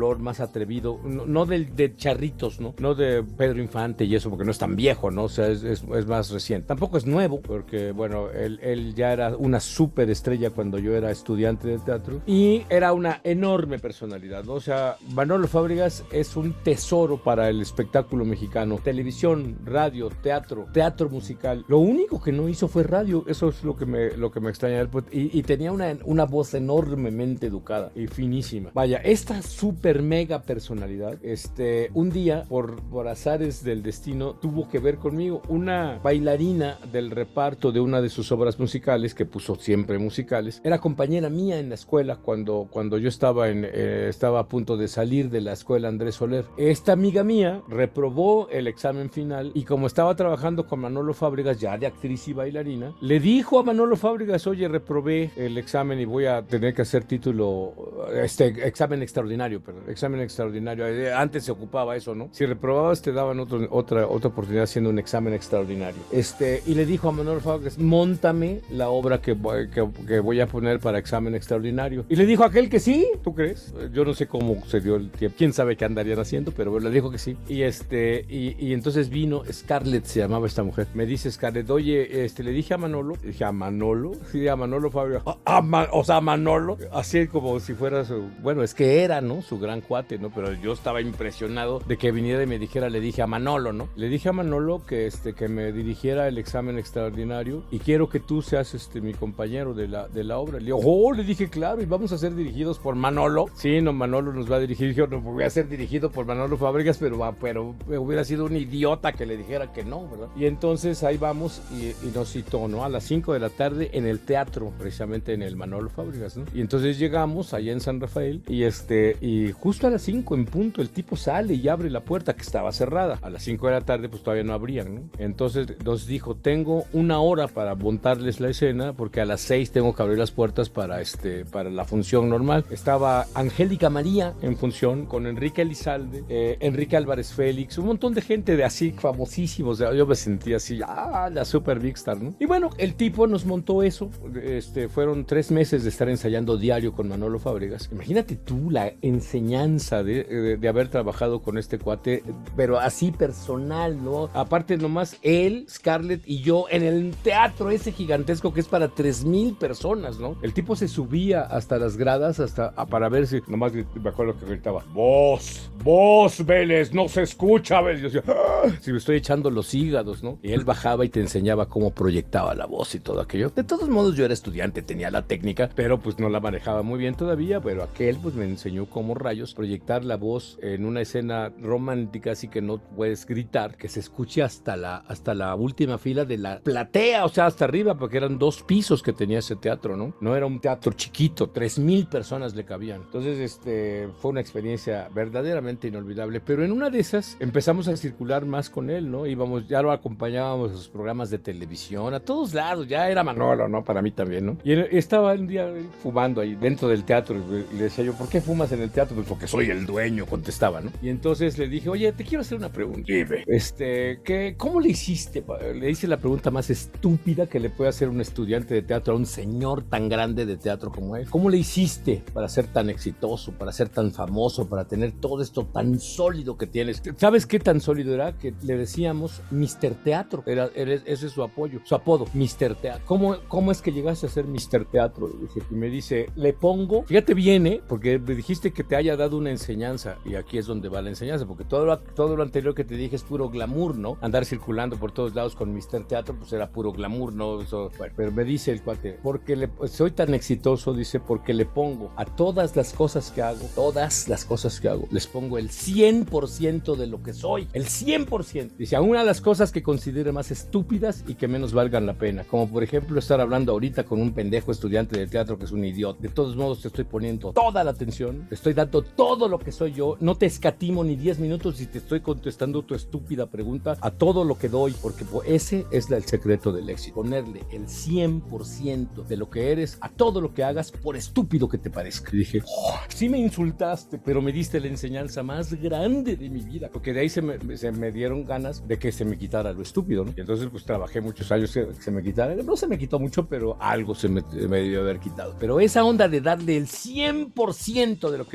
color, más atrevido, no, no de, de charritos, ¿no? No de Pedro Infante y eso, porque no es tan viejo, ¿no? O sea, es, es, es más reciente. Tampoco es nuevo, porque, bueno, él, él ya era una súper estrella cuando yo era estudiante de teatro y era una enorme personalidad, ¿no? O sea, Manolo Fábregas es un tesoro para el espectáculo mexicano. Televisión, radio, teatro, teatro musical. Lo único que no hizo fue radio. Eso es lo que me, lo que me extraña. Y, y tenía una, una voz enormemente educada y finísima. Vaya, esta súper mega personalidad, este, un día, por, por azares del destino, tuvo que ver conmigo. Una bailarina del reparto de una de sus obras musicales, que puso siempre musicales, era compañera mía en la escuela cuando, cuando yo estaba, en, eh, estaba a punto de salir de la escuela Andrés Soler. Esta amiga mía reprobó el examen final y como estaba trabajando con Manolo Fábregas, ya de actriz y bailarina, le dijo a Manolo Fábregas: oye, reprobé el examen y voy a tener que hacer título, este, examen extraordinario, perdón, examen extraordinario. Antes se ocupaba eso, ¿no? Si reprobabas te daban otro, otra, otra oportunidad haciendo un examen extraordinario. Este, y le dijo a Manolo Fábregas: móntame la obra que, que, que voy a poner para examen extraordinario. Y le dijo a aquel que sí, ¿tú crees? Yo no sé cómo se dio el tiempo, quién sabe qué andarían haciendo, pero bueno, le dijo que sí. Y este, y, y entonces vino Scarlett, se llamaba esta mujer. Me dice Scarlett: oye, este, le dije a Manolo, le dije a Manolo, sí, a Manolo Fábregas, a, a Ma, o sea, a Manolo, así como si fuera su, bueno, es que era, ¿no? Su gran cuate, ¿no? Pero yo estaba impresionado de que viniera y me dijera, le dije a Manolo, ¿no? Le dije a Manolo que, este, que me dirigiera el examen extraordinario y quiero que tú seas, este, mi compañero de la, de la obra. Le digo, oh, le dije, claro, y vamos a ser dirigidos por Manolo. Sí, no, Manolo nos va a dirigir. Yo no voy a ser dirigido por Manolo Fábregas, pero, pero hubiera sido un idiota que le dijera que no, ¿verdad? Y entonces ahí vamos y, y nos citó, ¿no? A las cinco de la tarde en el teatro, precisamente en el Manolo Fábregas, ¿no? Y entonces llegamos allá en San Rafael y este, y justo a las cinco en punto el tipo sale y abre la puerta que estaba cerrada. A las cinco de la tarde pues todavía no abrían, ¿no? Entonces nos dijo, tengo una hora para montarles la escena porque a las seis tengo que abrir las puertas para, este, para la función normal. Estaba Angélica María en función con Enrique Elizalde, eh, Enrique Álvarez Félix, un montón de gente de así famosísimos. Yo me sentía así, ah, la super big star, ¿no? Y bueno, el tipo nos montó eso. Este, fueron tres meses de estar ensayando diario con Manolo Fábregas. Imagínate tú la enseñanza de, de, de haber trabajado con este cuate, pero así personal, ¿no? Aparte nomás él, Scarlett y yo en el teatro ese gigantesco que es para tres mil personas, ¿no? El tipo se subía hasta las gradas hasta para ver si, nomás me acuerdo que gritaba, vos, vos Vélez, no se escucha, Vélez. Yo decía, ¡ah! Si me estoy echando los hígados, ¿no? Y él bajaba y te enseñaba cómo proyectaba la voz y todo aquello. De todos modos yo era estudiante, tenía la técnica, pero pues no la manejaba muy bien todavía, pero aquel pues me enseñó cómo rayos proyectar la voz en una escena romántica así que no puedes gritar, que se escuche hasta la, hasta la última fila de la platea, o sea, hasta arriba, porque eran dos pisos que tenía ese teatro, ¿no? No era un teatro chiquito, tres mil personas le cabían. Entonces, este, fue una experiencia verdaderamente inolvidable, pero en una de esas empezamos a circular más con él, ¿no? Íbamos, ya lo acompañábamos a sus programas de televisión, a todos lados, ya era Manolo, ¿no? Para mí también, ¿no? Y él, estaba un día fumando ahí dentro del teatro y le decía yo, ¿por qué fumas en el teatro? Pues porque soy el dueño, contestaba, ¿no? Y entonces le dije, oye, te quiero hacer una pregunta. Dime. Este, ¿qué, ¿cómo le hiciste? Le hice la pregunta más estúpida que le puede hacer un estudiante de teatro a un señor tan grande de teatro como él. ¿Cómo le hiciste para ser tan exitoso, para ser tan famoso, para tener todo esto tan sólido que tienes? ¿Sabes qué tan sólido era? Que le decíamos mister Teatro. Era, era, ese es su apoyo, su apodo, mister Teatro. ¿Cómo, ¿Cómo es que llegaste a ser mister Teatro? Y me dice, le pongo, fíjate bien, ¿eh? Porque me dijiste que te haya dado una enseñanza y aquí es donde va la enseñanza, porque todo lo, todo lo anterior que te dije es puro glamour, ¿no? Andar circulando por todos lados con mister Teatro, pues era puro glamour, ¿no? Eso, bueno, pero me dice el cuate, porque le, soy tan exitoso, dice, porque le pongo a todas las cosas que hago, todas las cosas que hago, les pongo el cien por ciento de lo que soy, el cien por ciento. Dice, a una de las cosas que considere más estúpidas y que menos valgan la pena, como por ejemplo estar hablando ahorita con un pendejo estudiante de teatro que es un idiota. De todos modos te estoy poniendo toda la atención, te estoy dando todo lo que soy yo, no te escatimo ni diez minutos y te estoy contestando tu estúpida pregunta a todo lo que doy, porque pues, ese es el secreto del éxito, ponerle el cien por ciento de lo que eres a todo lo que hagas, por estúpido que te parezca. Y dije, oh, sí me insultaste, pero me diste la enseñanza más grande de mi vida, porque de ahí se me, se me dieron ganas de que se me quitara lo estúpido, ¿no? Y entonces pues trabajé muchos años que se me quitara, no se me quitó mucho, pero algo se me, me debió haber quitado. Pero esa onda de darle el cien por ciento de lo que tú eres a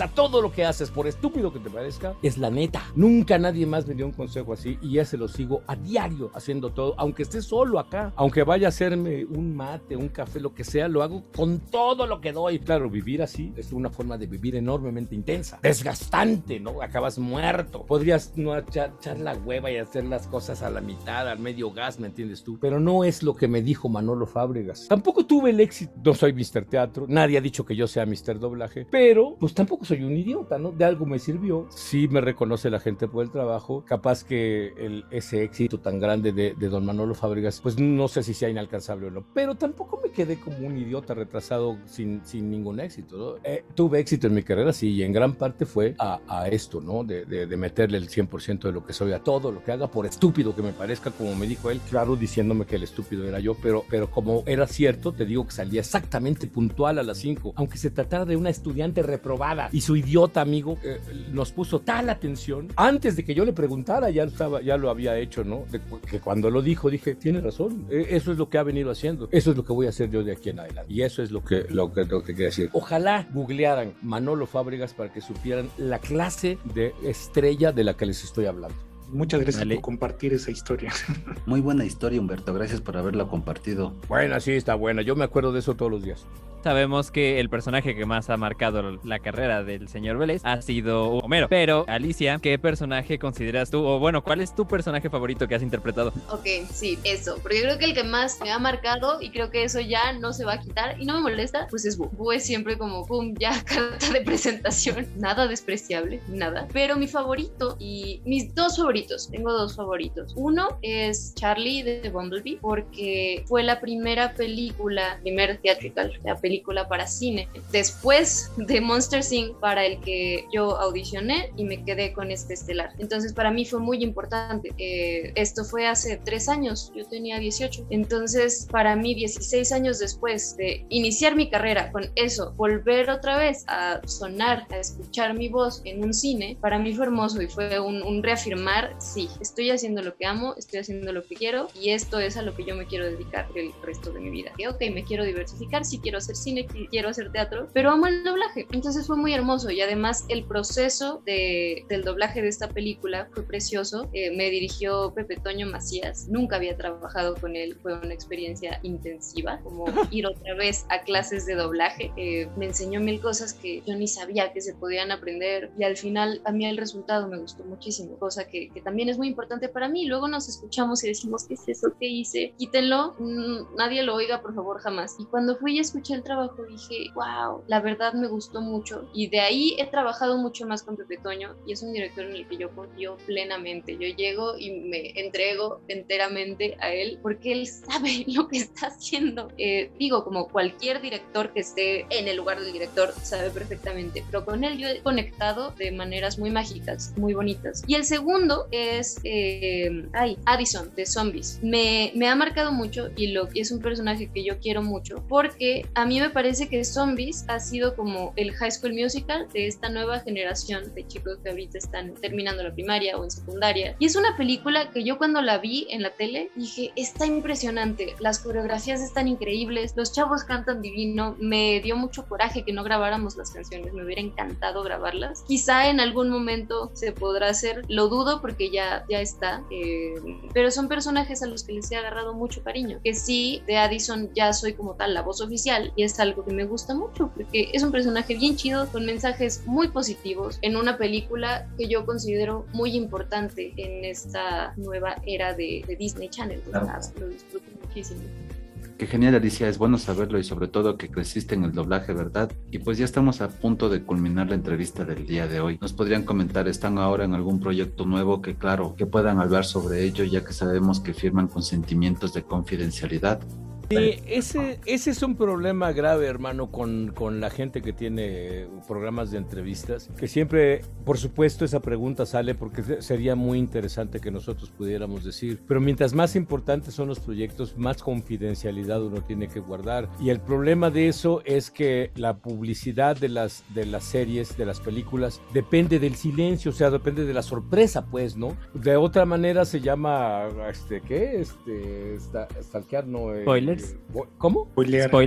a todo lo que haces, por estúpido que te parezca, es la neta. Nunca nadie más me dio un consejo así y ya se lo sigo a diario haciendo todo, aunque esté solo acá, aunque vaya a hacerme un mate, un café, lo que sea, lo hago con todo lo que doy. Claro, vivir así es una forma de vivir enormemente intensa, desgastante, ¿no? Acabas muerto. Podrías no echar, echar la hueva y hacer las cosas a la mitad, al medio gas, ¿me entiendes tú? Pero no es lo que me dijo Manolo Fábregas. Tampoco tuve el éxito, no soy mister Teatro, nadie ha dicho que yo sea mister Doblaje, pero pues tampoco soy un idiota, ¿no? De algo me sirvió. Sí me reconoce la gente por el trabajo, capaz que el, ese éxito tan grande de, de don Manolo Fábregas, pues no sé si sea inalcanzable o no, pero tampoco me quedé como un idiota retrasado sin, sin ningún éxito, ¿no? Eh, tuve éxito en mi carrera, sí, y en gran parte fue a, a esto, ¿no? De, de, de meterle el cien por ciento de lo que soy a todo lo que haga, por estúpido que me parezca, como me dijo él, claro, diciéndome que el estúpido era yo, pero, pero como era cierto, te digo que salía exactamente puntual a las cinco, aunque se tratara de una estudiante reprobada, y su idiota amigo eh, nos puso tal atención, antes de que yo le preguntara, ya, estaba, ya lo había hecho, ¿no? De, que cuando lo dijo, dije, tiene razón, eh, eso es lo que ha venido haciendo, eso es lo que voy a hacer yo de aquí en adelante, y eso es lo que, lo que, lo que quería decir. Ojalá googlearan Manolo Fábregas para que supieran la clase de estrella de la que les estoy hablando. Muchas gracias Dale. por compartir esa historia. Muy buena historia, Humberto. Gracias por haberla compartido. Buena, sí, está buena. Yo me acuerdo de eso todos los días. Sabemos que el personaje que más ha marcado la carrera del señor Vélez ha sido Homero. Pero, Alicia, ¿qué personaje consideras tú? O bueno, ¿cuál es tu personaje favorito que has interpretado? Ok, sí, eso. Porque yo creo que el que más me ha marcado, y creo que eso ya no se va a quitar y no me molesta, pues es Boo. Boo es siempre como, pum, ya carta de presentación. Nada despreciable, nada. Pero mi favorito y mis dos favoritos, tengo dos favoritos. Uno es Charlie de Bumblebee, porque fue la primera película, primer theatrical, la película para cine, después de Monster incorporated para el que yo audicioné y me quedé con este estelar. Entonces para mí fue muy importante. Eh, esto fue hace tres años, yo tenía dieciocho. Entonces para mí, dieciséis años después de iniciar mi carrera con eso, volver otra vez a sonar, a escuchar mi voz en un cine, para mí fue hermoso y fue un, un reafirmar, sí, estoy haciendo lo que amo, estoy haciendo lo que quiero y esto es a lo que yo me quiero dedicar el resto de mi vida. Que ok, me quiero diversificar, sí quiero hacer cine, quiero hacer teatro, pero amo el doblaje. Entonces fue muy hermoso y además el proceso de, del doblaje de esta película fue precioso. Eh, me dirigió Pepe Toño Macías, nunca había trabajado con él, fue una experiencia intensiva, como ir otra vez a clases de doblaje. Eh, me enseñó mil cosas que yo ni sabía que se podían aprender y al final a mí el resultado me gustó muchísimo, cosa que, que también es muy importante para mí. Luego nos escuchamos y decimos, ¿qué es eso? ¿Qué hice? Quítenlo, mm, nadie lo oiga, por favor, jamás. Y cuando fui y escuché el trabajo dije, wow, la verdad me gustó mucho y de ahí he trabajado mucho más con Pepe Toño y es un director en el que yo confío plenamente. Yo llego y me entrego enteramente a él porque él sabe lo que está haciendo. Eh, digo, como cualquier director que esté en el lugar del director sabe perfectamente, pero con él yo he conectado de maneras muy mágicas, muy bonitas. Y el segundo es eh, ay, Addison de Zombies. Me, me ha marcado mucho y lo, es un personaje que yo quiero mucho porque a mí me parece que Zombies ha sido como el High School Musical de esta nueva generación de chicos que ahorita están terminando la primaria o en secundaria. Y es una película que yo cuando la vi en la tele dije, está impresionante, las coreografías están increíbles, los chavos cantan divino, me dio mucho coraje que no grabáramos las canciones, me hubiera encantado grabarlas. Quizá en algún momento se podrá hacer, lo dudo porque ya, ya está, eh, pero son personajes a los que les he agarrado mucho cariño, que sí, de Addison ya soy como tal la voz oficial y es algo que me gusta mucho porque es un personaje bien chido, con mensajes muy positivos, en una película que yo considero muy importante en esta nueva era de, de Disney Channel. Pues Claro. nada, lo disfruto muchísimo. Qué genial, Alicia, es bueno saberlo y sobre todo que creciste en el doblaje, ¿verdad? Y pues ya estamos a punto de culminar la entrevista del día de hoy. ¿Nos podrían comentar, están ahora en algún proyecto nuevo que, claro, que puedan hablar sobre ello, ya que sabemos que firman consentimientos de confidencialidad? Sí, ese, ese es un problema grave, hermano, con, con la gente que tiene programas de entrevistas, que siempre, por supuesto, esa pregunta sale porque sería muy interesante que nosotros pudiéramos decir, pero mientras más importantes son los proyectos, más confidencialidad uno tiene que guardar. Y el problema de eso es que la publicidad de las, de las series, de las películas, depende del silencio, o sea, depende de la sorpresa, pues, ¿no? De otra manera se llama, este, ¿qué? Este, esta- stalkear, no... eh, Spoilers. ¿Cómo? Spoilear. Spoilers.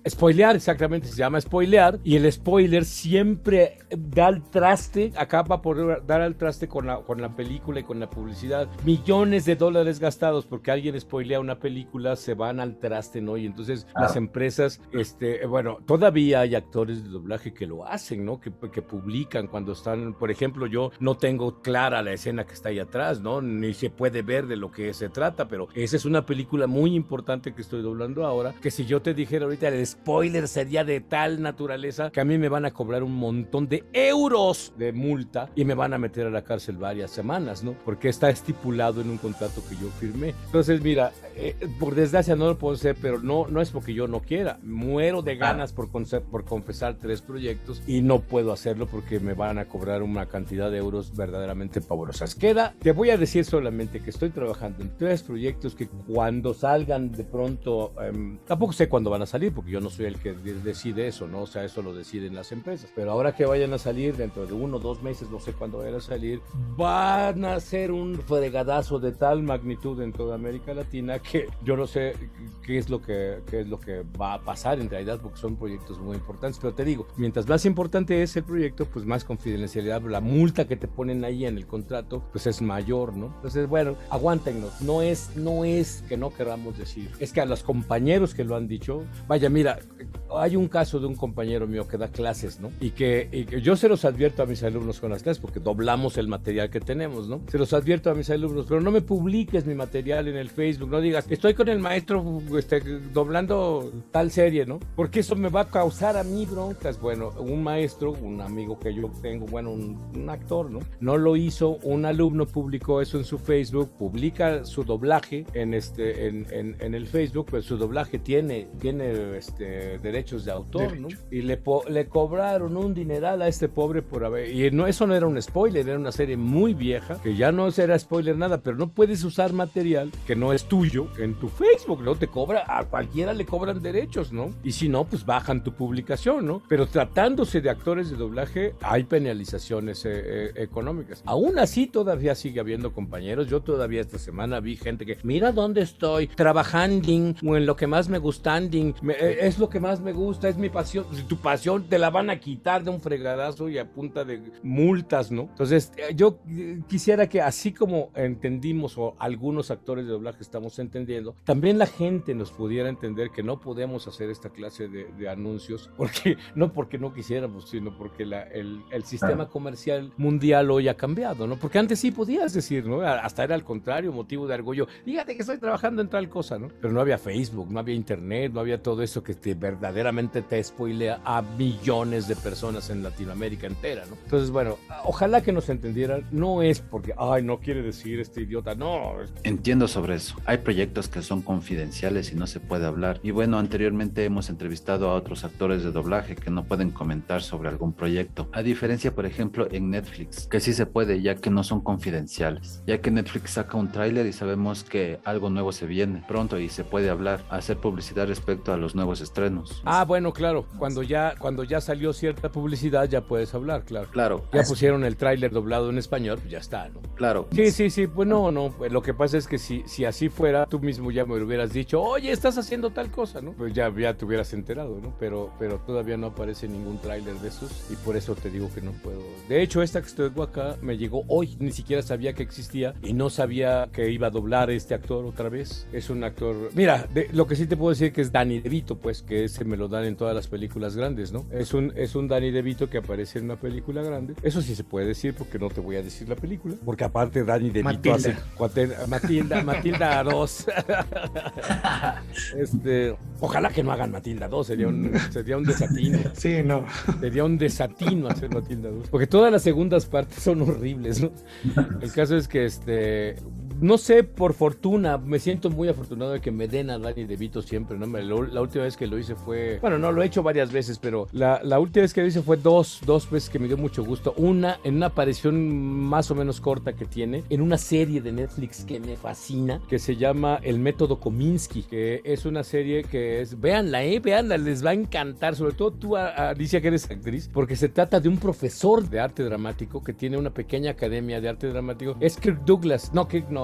Spoilear, exactamente, se llama spoilear, y el spoiler siempre da al traste, acaba por dar al traste con la, con la película y con la publicidad. Millones de dólares gastados porque alguien spoilea una película se van al traste, ¿no? Y entonces ah. las empresas, este, bueno, todavía hay actores de doblaje que lo hacen, ¿no? Que, que publican cuando están, por ejemplo, yo no tengo clara la escena que está ahí atrás, ¿no? Ni se puede ver de lo que se trata, pero esa es una película muy importante que estoy doblando ahora, que si yo te dijera ahorita el spoiler sería de tal naturaleza que a mí me van a cobrar un montón de euros de multa y me van a meter a la cárcel varias semanas, ¿no? Porque está estipulado en un contrato que yo firmé. Entonces, mira, eh, por desgracia no lo puedo hacer, pero no, no es porque yo no quiera. Muero de ganas por, por confesar tres proyectos y no puedo hacerlo porque me van a cobrar una cantidad de euros verdaderamente pavorosas. Queda, te voy a decir solamente que estoy trabajando en tres proyectos que cuando salgan de pronto, eh, tampoco sé cuándo van a salir porque yo no soy el que decide eso, ¿no? O sea, eso lo deciden las empresas. Pero ahora que vayan a salir dentro de uno o dos meses, no sé cuándo vayan a salir, van a ser un fregadazo de tal magnitud en toda América Latina que yo no sé qué es lo que, qué es lo que va a pasar en realidad porque son proyectos muy importantes. Pero te digo, mientras más importante es el proyecto, pues más confidencialidad, la multa que te ponen ahí en el contrato, pues es mayor, ¿no? Entonces, bueno, aguántenos. No es, no es que no queramos decir, es que a los compañeros que lo han dicho, vaya, mira, hay un caso de un compañero mío que da clases, ¿no? Y que, y que yo se los advierto a mis alumnos con las clases porque doblamos el material que tenemos, ¿no? Se los advierto a mis alumnos, pero no me publiques mi material en el Facebook, no digas, estoy con el maestro este, doblando tal serie, ¿no? Porque eso me va a causar a mí broncas. Bueno, un maestro, un amigo que yo tengo, bueno, un, un actor, ¿no? No lo hizo, un alumno publicó eso en su Facebook, publica su doblaje en, este, en, en, en el Facebook, pues su doblaje tiene, tiene este, derechos de autor, Derecho. ¿no? Y le, po, le cobraron un dineral a este pobre por haber... Y no, eso no era un spoiler, era una serie muy vieja, que ya no era spoiler nada, pero no puedes usar material que no es tuyo en tu Facebook, ¿no? Te cobra, a cualquiera le cobran derechos, ¿no? Y si no, pues bajan tu publicación, ¿no? Pero tratándose de actores de doblaje, hay penalizaciones eh, eh, económicas. Aún así, todavía sigue habiendo compañeros. Yo todavía esta semana vi gente que, mira dónde estoy, trabajando o en lo que más me gusta, me, eh, es lo que más me gusta, es mi pasión. Si tu pasión te la van a quitar de un fregadazo y a punta de multas, ¿no? Entonces, eh, yo eh, quisiera que así como entendimos o algunos actores de doblaje estamos entendiendo, también la gente nos pudiera entender que no podemos hacer esta clase de, de anuncios, porque no porque no quisiéramos, sino porque la, el, el sistema comercial mundial hoy ha cambiado, ¿no? Porque antes sí podías decir, ¿no? Hasta era al contrario, motivo de orgullo. Fíjate que estoy trabajando en tal cosa, ¿no? Pero no había Facebook, no había internet, no había todo eso que te, verdaderamente te spoilea a millones de personas en Latinoamérica entera, ¿no? Entonces, bueno, ojalá que nos entendieran. No es porque, ay, no quiere decir este idiota, no. Entiendo sobre eso. Hay proyectos que son confidenciales y no se puede hablar. Y bueno, anteriormente hemos entrevistado a otros actores de doblaje que no pueden comentar sobre algún proyecto. A diferencia, por ejemplo, en Netflix, que sí se puede, ya que no son confidenciales. Ya que Netflix saca un tráiler y sabemos que algo nuevo se viene pronto y se puede hablar, hacer publicidad respecto a los nuevos estrenos. Ah, bueno, claro. Cuando ya, cuando ya salió cierta publicidad, ya puedes hablar, claro. Claro. Ya pusieron el tráiler doblado en español, pues ya está, ¿no? Claro. Sí, sí, sí. Pues no, no. Lo que pasa es que si, si así fuera, tú mismo ya me hubieras dicho, oye, estás haciendo tal cosa, ¿no? Pues ya, ya te hubieras enterado, ¿no? Pero, pero todavía no aparece ningún tráiler de esos y por eso te digo que no puedo. De hecho, esta que estoy acá me llegó hoy. Ni siquiera sabía que existía y no sabía que iba a doblar este actor otra vez. Es un actor... Mira, de, lo que sí te puedo decir que es Danny DeVito, pues, que ese me lo dan en todas las películas grandes, ¿no? Es un, es un Danny DeVito que aparece en una película grande. Eso sí se puede decir porque no te voy a decir la película. Porque aparte Danny DeVito Matilda. hace... Cuate, Matilda, Matilda dos. este, ojalá que no hagan Matilda dos, sería un, sería un desatino. Sí, no. Sería un desatino hacer Matilda dos. Porque todas las segundas partes son horribles, ¿no? El caso es que este... No sé, por fortuna, me siento muy afortunado de que me den a Danny DeVito siempre, ¿no? Lo, la última vez que lo hice fue... Bueno, no, lo he hecho varias veces, pero la, la última vez que lo hice fue dos, dos veces que me dio mucho gusto. Una, en una aparición más o menos corta que tiene, en una serie de Netflix que me fascina, que se llama El Método Kominsky, que es una serie que es... Véanla, ¿eh? Véanla, les va a encantar, sobre todo tú, Alicia, que eres actriz, porque se trata de un profesor de arte dramático que tiene una pequeña academia de arte dramático. Es Kirk Douglas, no, Kirk no,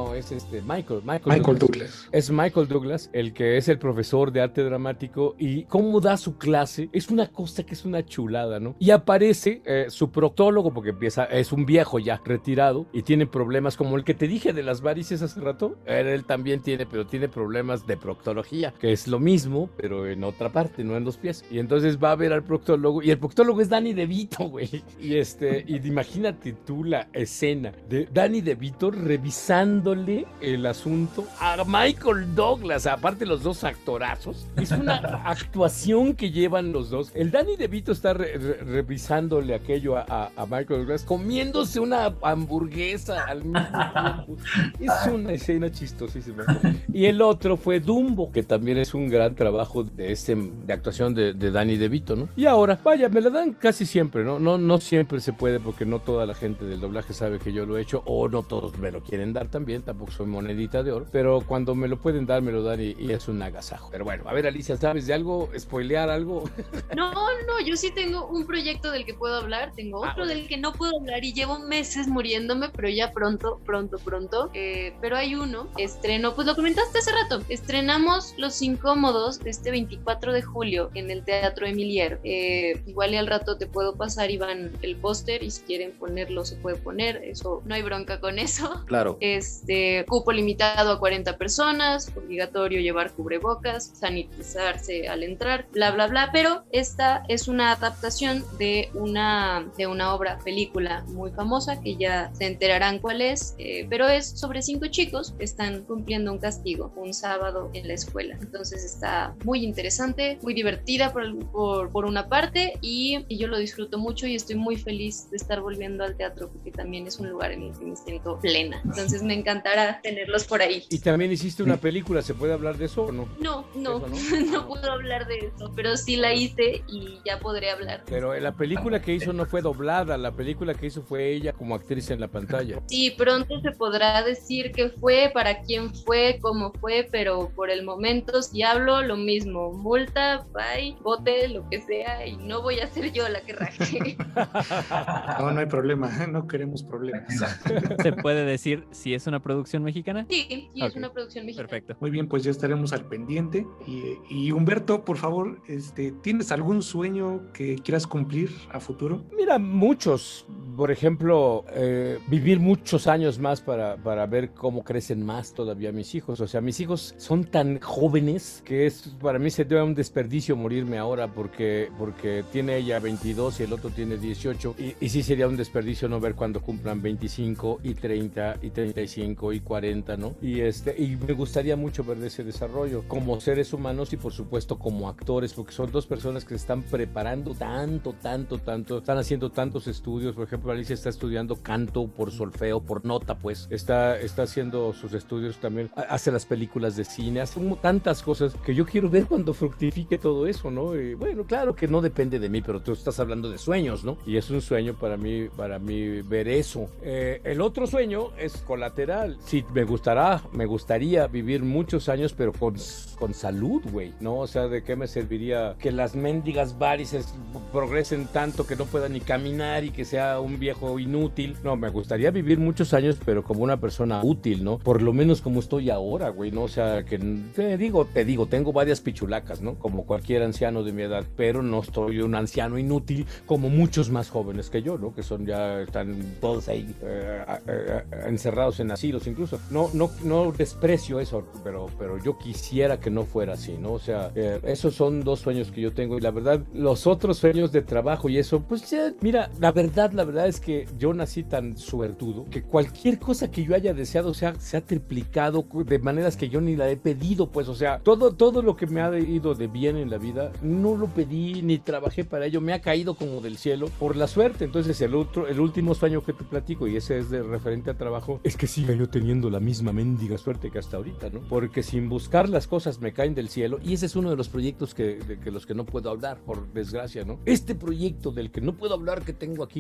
no, es este Michael, Michael, Michael Douglas. Douglas. Es Michael Douglas, el que es el profesor de arte dramático, y cómo da su clase, es una cosa que es una chulada, ¿no? Y aparece eh, su proctólogo, porque empieza, es un viejo ya, retirado, y tiene problemas como el que te dije de las varices hace rato. Él también tiene, pero tiene problemas de proctología, que es lo mismo, pero en otra parte, no en los pies. Y entonces va a ver al proctólogo, y el proctólogo es Danny DeVito, güey. Y este, y imagínate tú la escena de Danny DeVito revisándole el asunto a Michael Douglas, aparte los dos actorazos. Es una actuación que llevan los dos. El Danny DeVito está re re revisándole aquello a, a, a Michael Douglas, comiéndose una hamburguesa al mismo tiempo. Es una escena chistosísima. Y el otro fue Dumbo, que también es un gran trabajo de, este, de actuación de, de Danny DeVito, ¿no? Y ahora, vaya, me la dan casi siempre, ¿no? No, no siempre se puede, porque no toda la gente del doblaje sabe que yo lo he hecho, o no todos me lo quieren dar también, tampoco soy monedita de oro, pero cuando me lo pueden dar, me lo dan y, y es un agasajo. Pero bueno, a ver, Alicia, ¿sabes de algo? ¿Spoilear algo? No, no, yo sí tengo un proyecto del que puedo hablar, tengo otro ah, bueno. del que no puedo hablar y llevo meses muriéndome, pero ya pronto, pronto, pronto. Eh, pero hay uno, estreno, pues lo comentaste hace rato, estrenamos Los Incómodos este veinticuatro de julio en el Teatro Emilier. Eh, igual y al rato te puedo pasar, Iván, el póster, y si quieren ponerlo se puede poner, eso, no hay bronca con eso. Claro. Este, cupo limitado a cuarenta personas, obligatorio llevar cubrebocas, sanitizarse al entrar, bla, bla, bla, pero esta es una adaptación de una, de una obra, película muy famosa, que ya se enterarán cuál es, eh, pero es sobre cinco chicos que están cumpliendo un castigo un sábado en la escuela. Entonces está muy interesante, muy divertida por, por, por una parte, y, y yo lo disfruto mucho y estoy muy feliz de estar volviendo al teatro, porque también es un lugar en el que me siento plena. Entonces me encantará tenerlos por ahí. Y también hiciste una película, ¿se puede hablar de eso o no? No, no, no, no puedo hablar de eso, pero sí la hice y ya podré hablar. Pero la película que hizo no fue doblada, la película que hizo fue ella como actriz en la pantalla. Sí, pronto se podrá decir qué fue, para quién fue, cómo fue, pero por el momento si hablo, lo mismo, multa, bye, bote, lo que sea, y no voy a ser yo la que raje. No, no hay problema, no queremos problemas. ¿Se puede decir si es una producción mexicana? Sí, sí, okay. Es una producción mexicana. Perfecto. Muy bien, pues ya estaremos al pendiente. Y, y Humberto, por favor, este, ¿tienes algún sueño que quieras cumplir a futuro? Mira, muchos. Por ejemplo, eh, vivir muchos años más para, para ver cómo crecen más todavía mis hijos. O sea, mis hijos son tan jóvenes que es, para mí sería un desperdicio morirme ahora, porque, porque tiene ella veintidós y el otro tiene dieciocho. Y, y sí sería un desperdicio no ver cuando cumplan veinticinco y treinta y treinta y cinco y cuarenta, ¿no? Y, este, y me gustaría mucho ver ese desarrollo como seres humanos y por supuesto como actores, porque son dos personas que se están preparando tanto, tanto, tanto, están haciendo tantos estudios. Por ejemplo, Alicia está estudiando canto por solfeo, por nota, pues está, está haciendo sus estudios también, hace las películas de cine, hace tantas cosas que yo quiero ver cuando fructifique todo eso, ¿no? Y bueno, claro que no depende de mí, pero tú estás hablando de sueños, ¿no? Y es un sueño para mí, para mí ver eso. Eh, el otro sueño es colateral. Sí, me gustará, me gustaría vivir muchos años, pero con, con salud, güey, ¿no? O sea, ¿de qué me serviría que las mendigas varices progresen tanto que no pueda ni caminar y que sea un viejo inútil? No, me gustaría vivir muchos años, pero como una persona útil, ¿no? Por lo menos como estoy ahora, güey, ¿no? O sea, que te digo, te digo, tengo varias pichulacas, ¿no? Como cualquier anciano de mi edad, pero no estoy un anciano inútil como muchos más jóvenes que yo, ¿no? Que son ya, están todos ahí eh, eh, encerrados en asilos incluso. No, no, no desprecio eso, pero, pero yo quisiera que no fuera así, ¿no? O sea, eh, esos son dos sueños que yo tengo, y la verdad, los otros sueños de trabajo y eso, pues ya, mira, la verdad, la verdad es que yo nací tan suertudo que cualquier cosa que yo haya deseado se ha, se ha triplicado de maneras que yo ni la he pedido, pues, o sea, todo, todo lo que me ha ido de bien en la vida, no lo pedí ni trabajé para ello, me ha caído como del cielo por la suerte. Entonces el otro, el último sueño que te platico, y ese es de referente a trabajo, es que siga yo teniendo la misma mendiga suerte que hasta ahorita, ¿no? Porque sin buscar las cosas me caen del cielo, y ese es uno de los proyectos que, de que los que no puedo hablar, por desgracia, ¿no? Este proyecto del que no puedo hablar que tengo aquí, que la,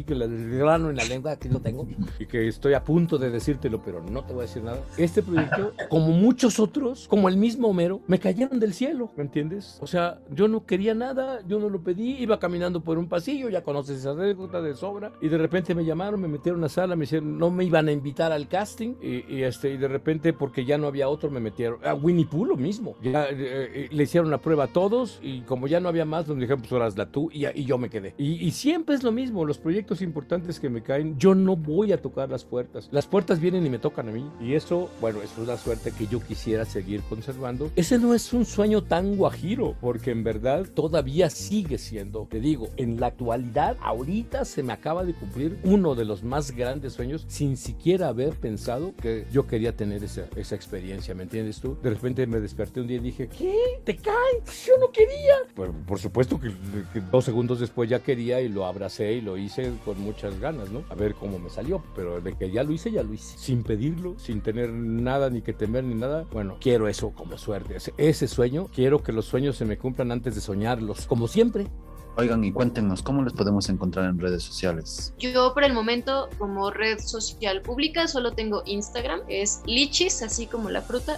grano en la lengua, aquí lo tengo, y que estoy a punto de decírtelo, pero no te voy a decir nada. Este proyecto, como muchos otros, como el mismo Homero, me cayeron del cielo, ¿me entiendes? O sea, yo no quería nada, yo no lo pedí, iba caminando por un pasillo, ya conoces esa anécdota de sobra, y de repente me llamaron, me metieron a una sala, me dijeron, no me iban a invitar al casting, y, y, este, y de repente, porque ya no había otro, me metieron a Winnie Pooh, lo mismo. Ya eh, eh, le hicieron la prueba a todos, y como ya no había más, nos dijeron, pues ahora hazla tú, y, y yo me quedé. Y, y siempre es lo mismo, los proyectos importantes que me caen, yo no voy a tocar las puertas. Las puertas vienen y me tocan a mí. Y eso, bueno, es una suerte que yo quisiera seguir conservando. Ese no es un sueño tan guajiro, porque en verdad todavía sigue siendo, te digo, en la actualidad, ahorita se me acaba de cumplir uno de los más grandes sueños sin siquiera haber pensado que yo quería tener esa, esa experiencia, ¿me entiendes tú? De repente me desperté un día y dije, ¿qué? ¿Te cae? Yo no quería. Por, por supuesto que, que dos segundos después ya quería y lo abracé y lo hice con muchas ganas, ¿no? A ver cómo me salió, pero de que ya lo hice, ya lo hice. Sin pedirlo, sin tener nada, ni que temer, ni nada. Bueno, quiero eso como suerte. Ese, ese sueño, quiero que los sueños se me cumplan antes de soñarlos, como siempre. Oigan, y cuéntenos, ¿cómo les podemos encontrar en redes sociales? Yo por el momento, como red social pública, solo tengo Instagram, es lichis, así como la fruta,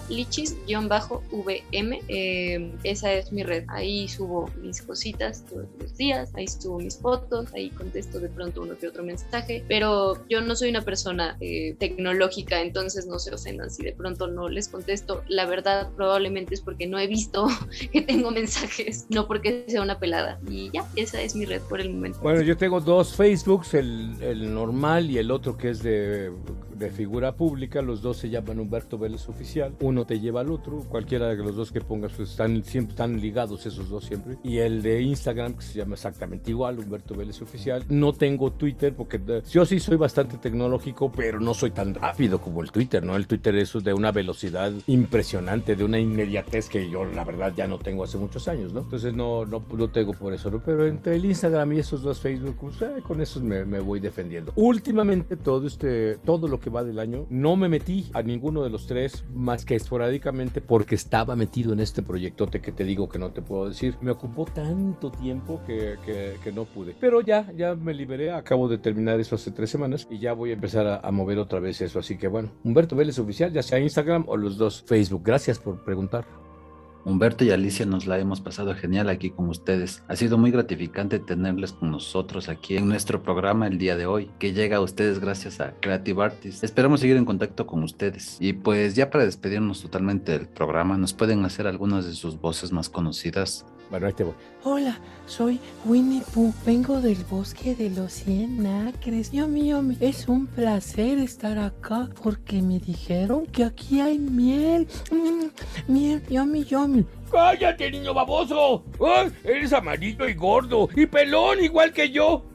lichis-V M, eh, esa es mi red. Ahí subo mis cositas todos los días, ahí subo mis fotos, ahí contesto de pronto uno que otro mensaje, pero yo no soy una persona eh, tecnológica, entonces no se ofendan si de pronto no les contesto. La verdad probablemente es porque no he visto que tengo mensajes, no porque sea una pelada, y ya. Esa es mi red por el momento. Bueno, yo tengo dos Facebooks, el, el normal y el otro que es de, de figura pública. Los dos se llaman Humberto Vélez Oficial. Uno te lleva al otro. Cualquiera de los dos que pongas, pues están, siempre están ligados esos dos siempre. Y el de Instagram, que se llama exactamente igual, Humberto Vélez Oficial. No tengo Twitter porque yo sí soy bastante tecnológico, pero no soy tan rápido como el Twitter, ¿no? El Twitter es de una velocidad impresionante, de una inmediatez que yo, la verdad, ya no tengo hace muchos años, ¿no? Entonces no, no, no tengo por eso, ¿no? Pero entre el Instagram y esos dos Facebook, pues, eh, con esos me, me voy defendiendo. Últimamente, todo este, todo lo que va del año, no me metí a ninguno de los tres, más que esporádicamente, porque estaba metido en este proyectote que te digo que no te puedo decir. Me ocupó tanto tiempo que, que, que no pude. Pero ya, ya me liberé, acabo de terminar eso hace tres semanas y ya voy a empezar a, a mover otra vez eso. Así que bueno, Humberto Vélez Oficial, ya sea Instagram o los dos Facebook. Gracias por preguntar. Humberto y Alicia, nos la hemos pasado genial aquí con ustedes. Ha sido muy gratificante tenerles con nosotros aquí en nuestro programa el día de hoy, que llega a ustedes gracias a Creative Artists. Esperamos seguir en contacto con ustedes. Y pues ya para despedirnos totalmente del programa, ¿nos pueden hacer algunas de sus voces más conocidas? Bueno, ahí te voy. Hola, soy Winnie Pooh. Vengo del bosque de los cien acres. Yomi, yomi, es un placer estar acá porque me dijeron que aquí hay miel. Mm, miel, yomi, yomi. ¡Cállate, niño baboso! ¡Ay, eres amarillo y gordo y pelón igual que yo!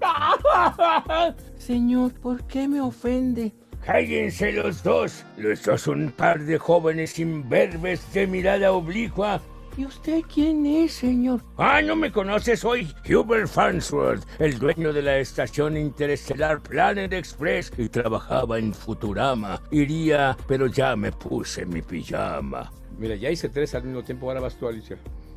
Señor, ¿por qué me ofende? ¡Cállense los dos! Los dos son un par de jóvenes imberbes de mirada oblicua. ¿Y usted quién es, señor? Ah, ¿no me conoces? Soy Hubert Farnsworth, el dueño de la estación interestelar Planet Express y trabajaba en Futurama. Iría, pero ya me puse mi pijama. Mira, ya hice tres al mismo tiempo, ahora vas tú, Alicia.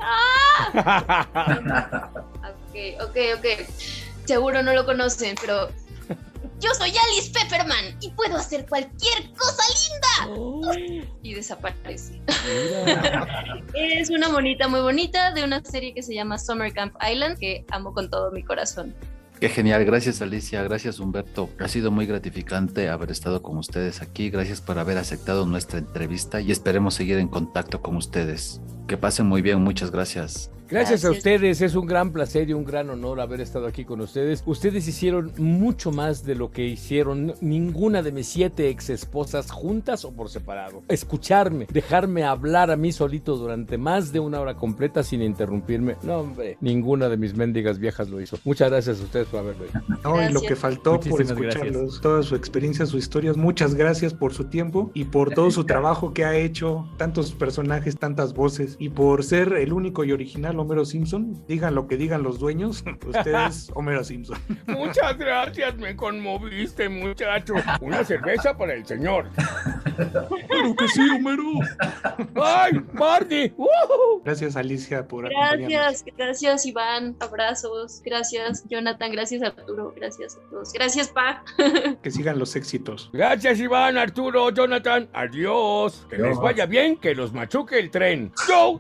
¡Ah! Ok, ok, ok. Seguro no lo conocen, pero... Yo soy Alice Pepperman y puedo hacer cualquier cosa linda. Oh. Y desaparece. Es una monita muy bonita de una serie que se llama Summer Camp Island, que amo con todo mi corazón. Qué genial, gracias Alicia, gracias Humberto. Ha sido muy gratificante haber estado con ustedes aquí. Gracias por haber aceptado nuestra entrevista y esperemos seguir en contacto con ustedes. Que pasen muy bien, muchas gracias. Gracias, Gracias a ustedes, es un gran placer y un gran honor haber estado aquí con ustedes. Ustedes hicieron mucho más de lo que hicieron ninguna de mis siete ex esposas juntas o por separado. Escucharme, dejarme hablar a mí solito durante más de una hora completa sin interrumpirme. No, hombre, ninguna de mis mendigas viejas lo hizo. Muchas gracias a ustedes por haberlo hecho. No, y lo que faltó Muchísimas por escucharlos, gracias. Toda su experiencia, sus historias. Muchas gracias por su tiempo y por todo su trabajo que ha hecho, tantos personajes, tantas voces, y por ser el único y original Homero Simpson. Digan lo que digan los dueños, usted es Homero Simpson. Muchas gracias, me conmoviste, muchacho. Una cerveza para el señor. ¡Claro que sí, Homero! ¡Ay, Barney! ¡Uh! Gracias, Alicia, por acompañarnos. Gracias, gracias, Iván. Abrazos. Gracias, Jonathan. Gracias, Arturo. Gracias a todos. Gracias, Pa. Que sigan los éxitos. Gracias, Iván, Arturo, Jonathan. Adiós. Que Adiós. les vaya bien, que los machuque el tren. ¡Yo!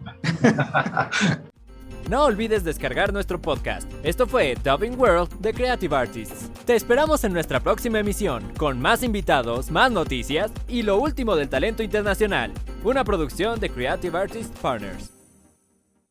No olvides descargar nuestro podcast. Esto fue Dubbing World de Creative Artists. Te esperamos en nuestra próxima emisión, con más invitados, más noticias y lo último del talento internacional. Una producción de Creative Artists Partners.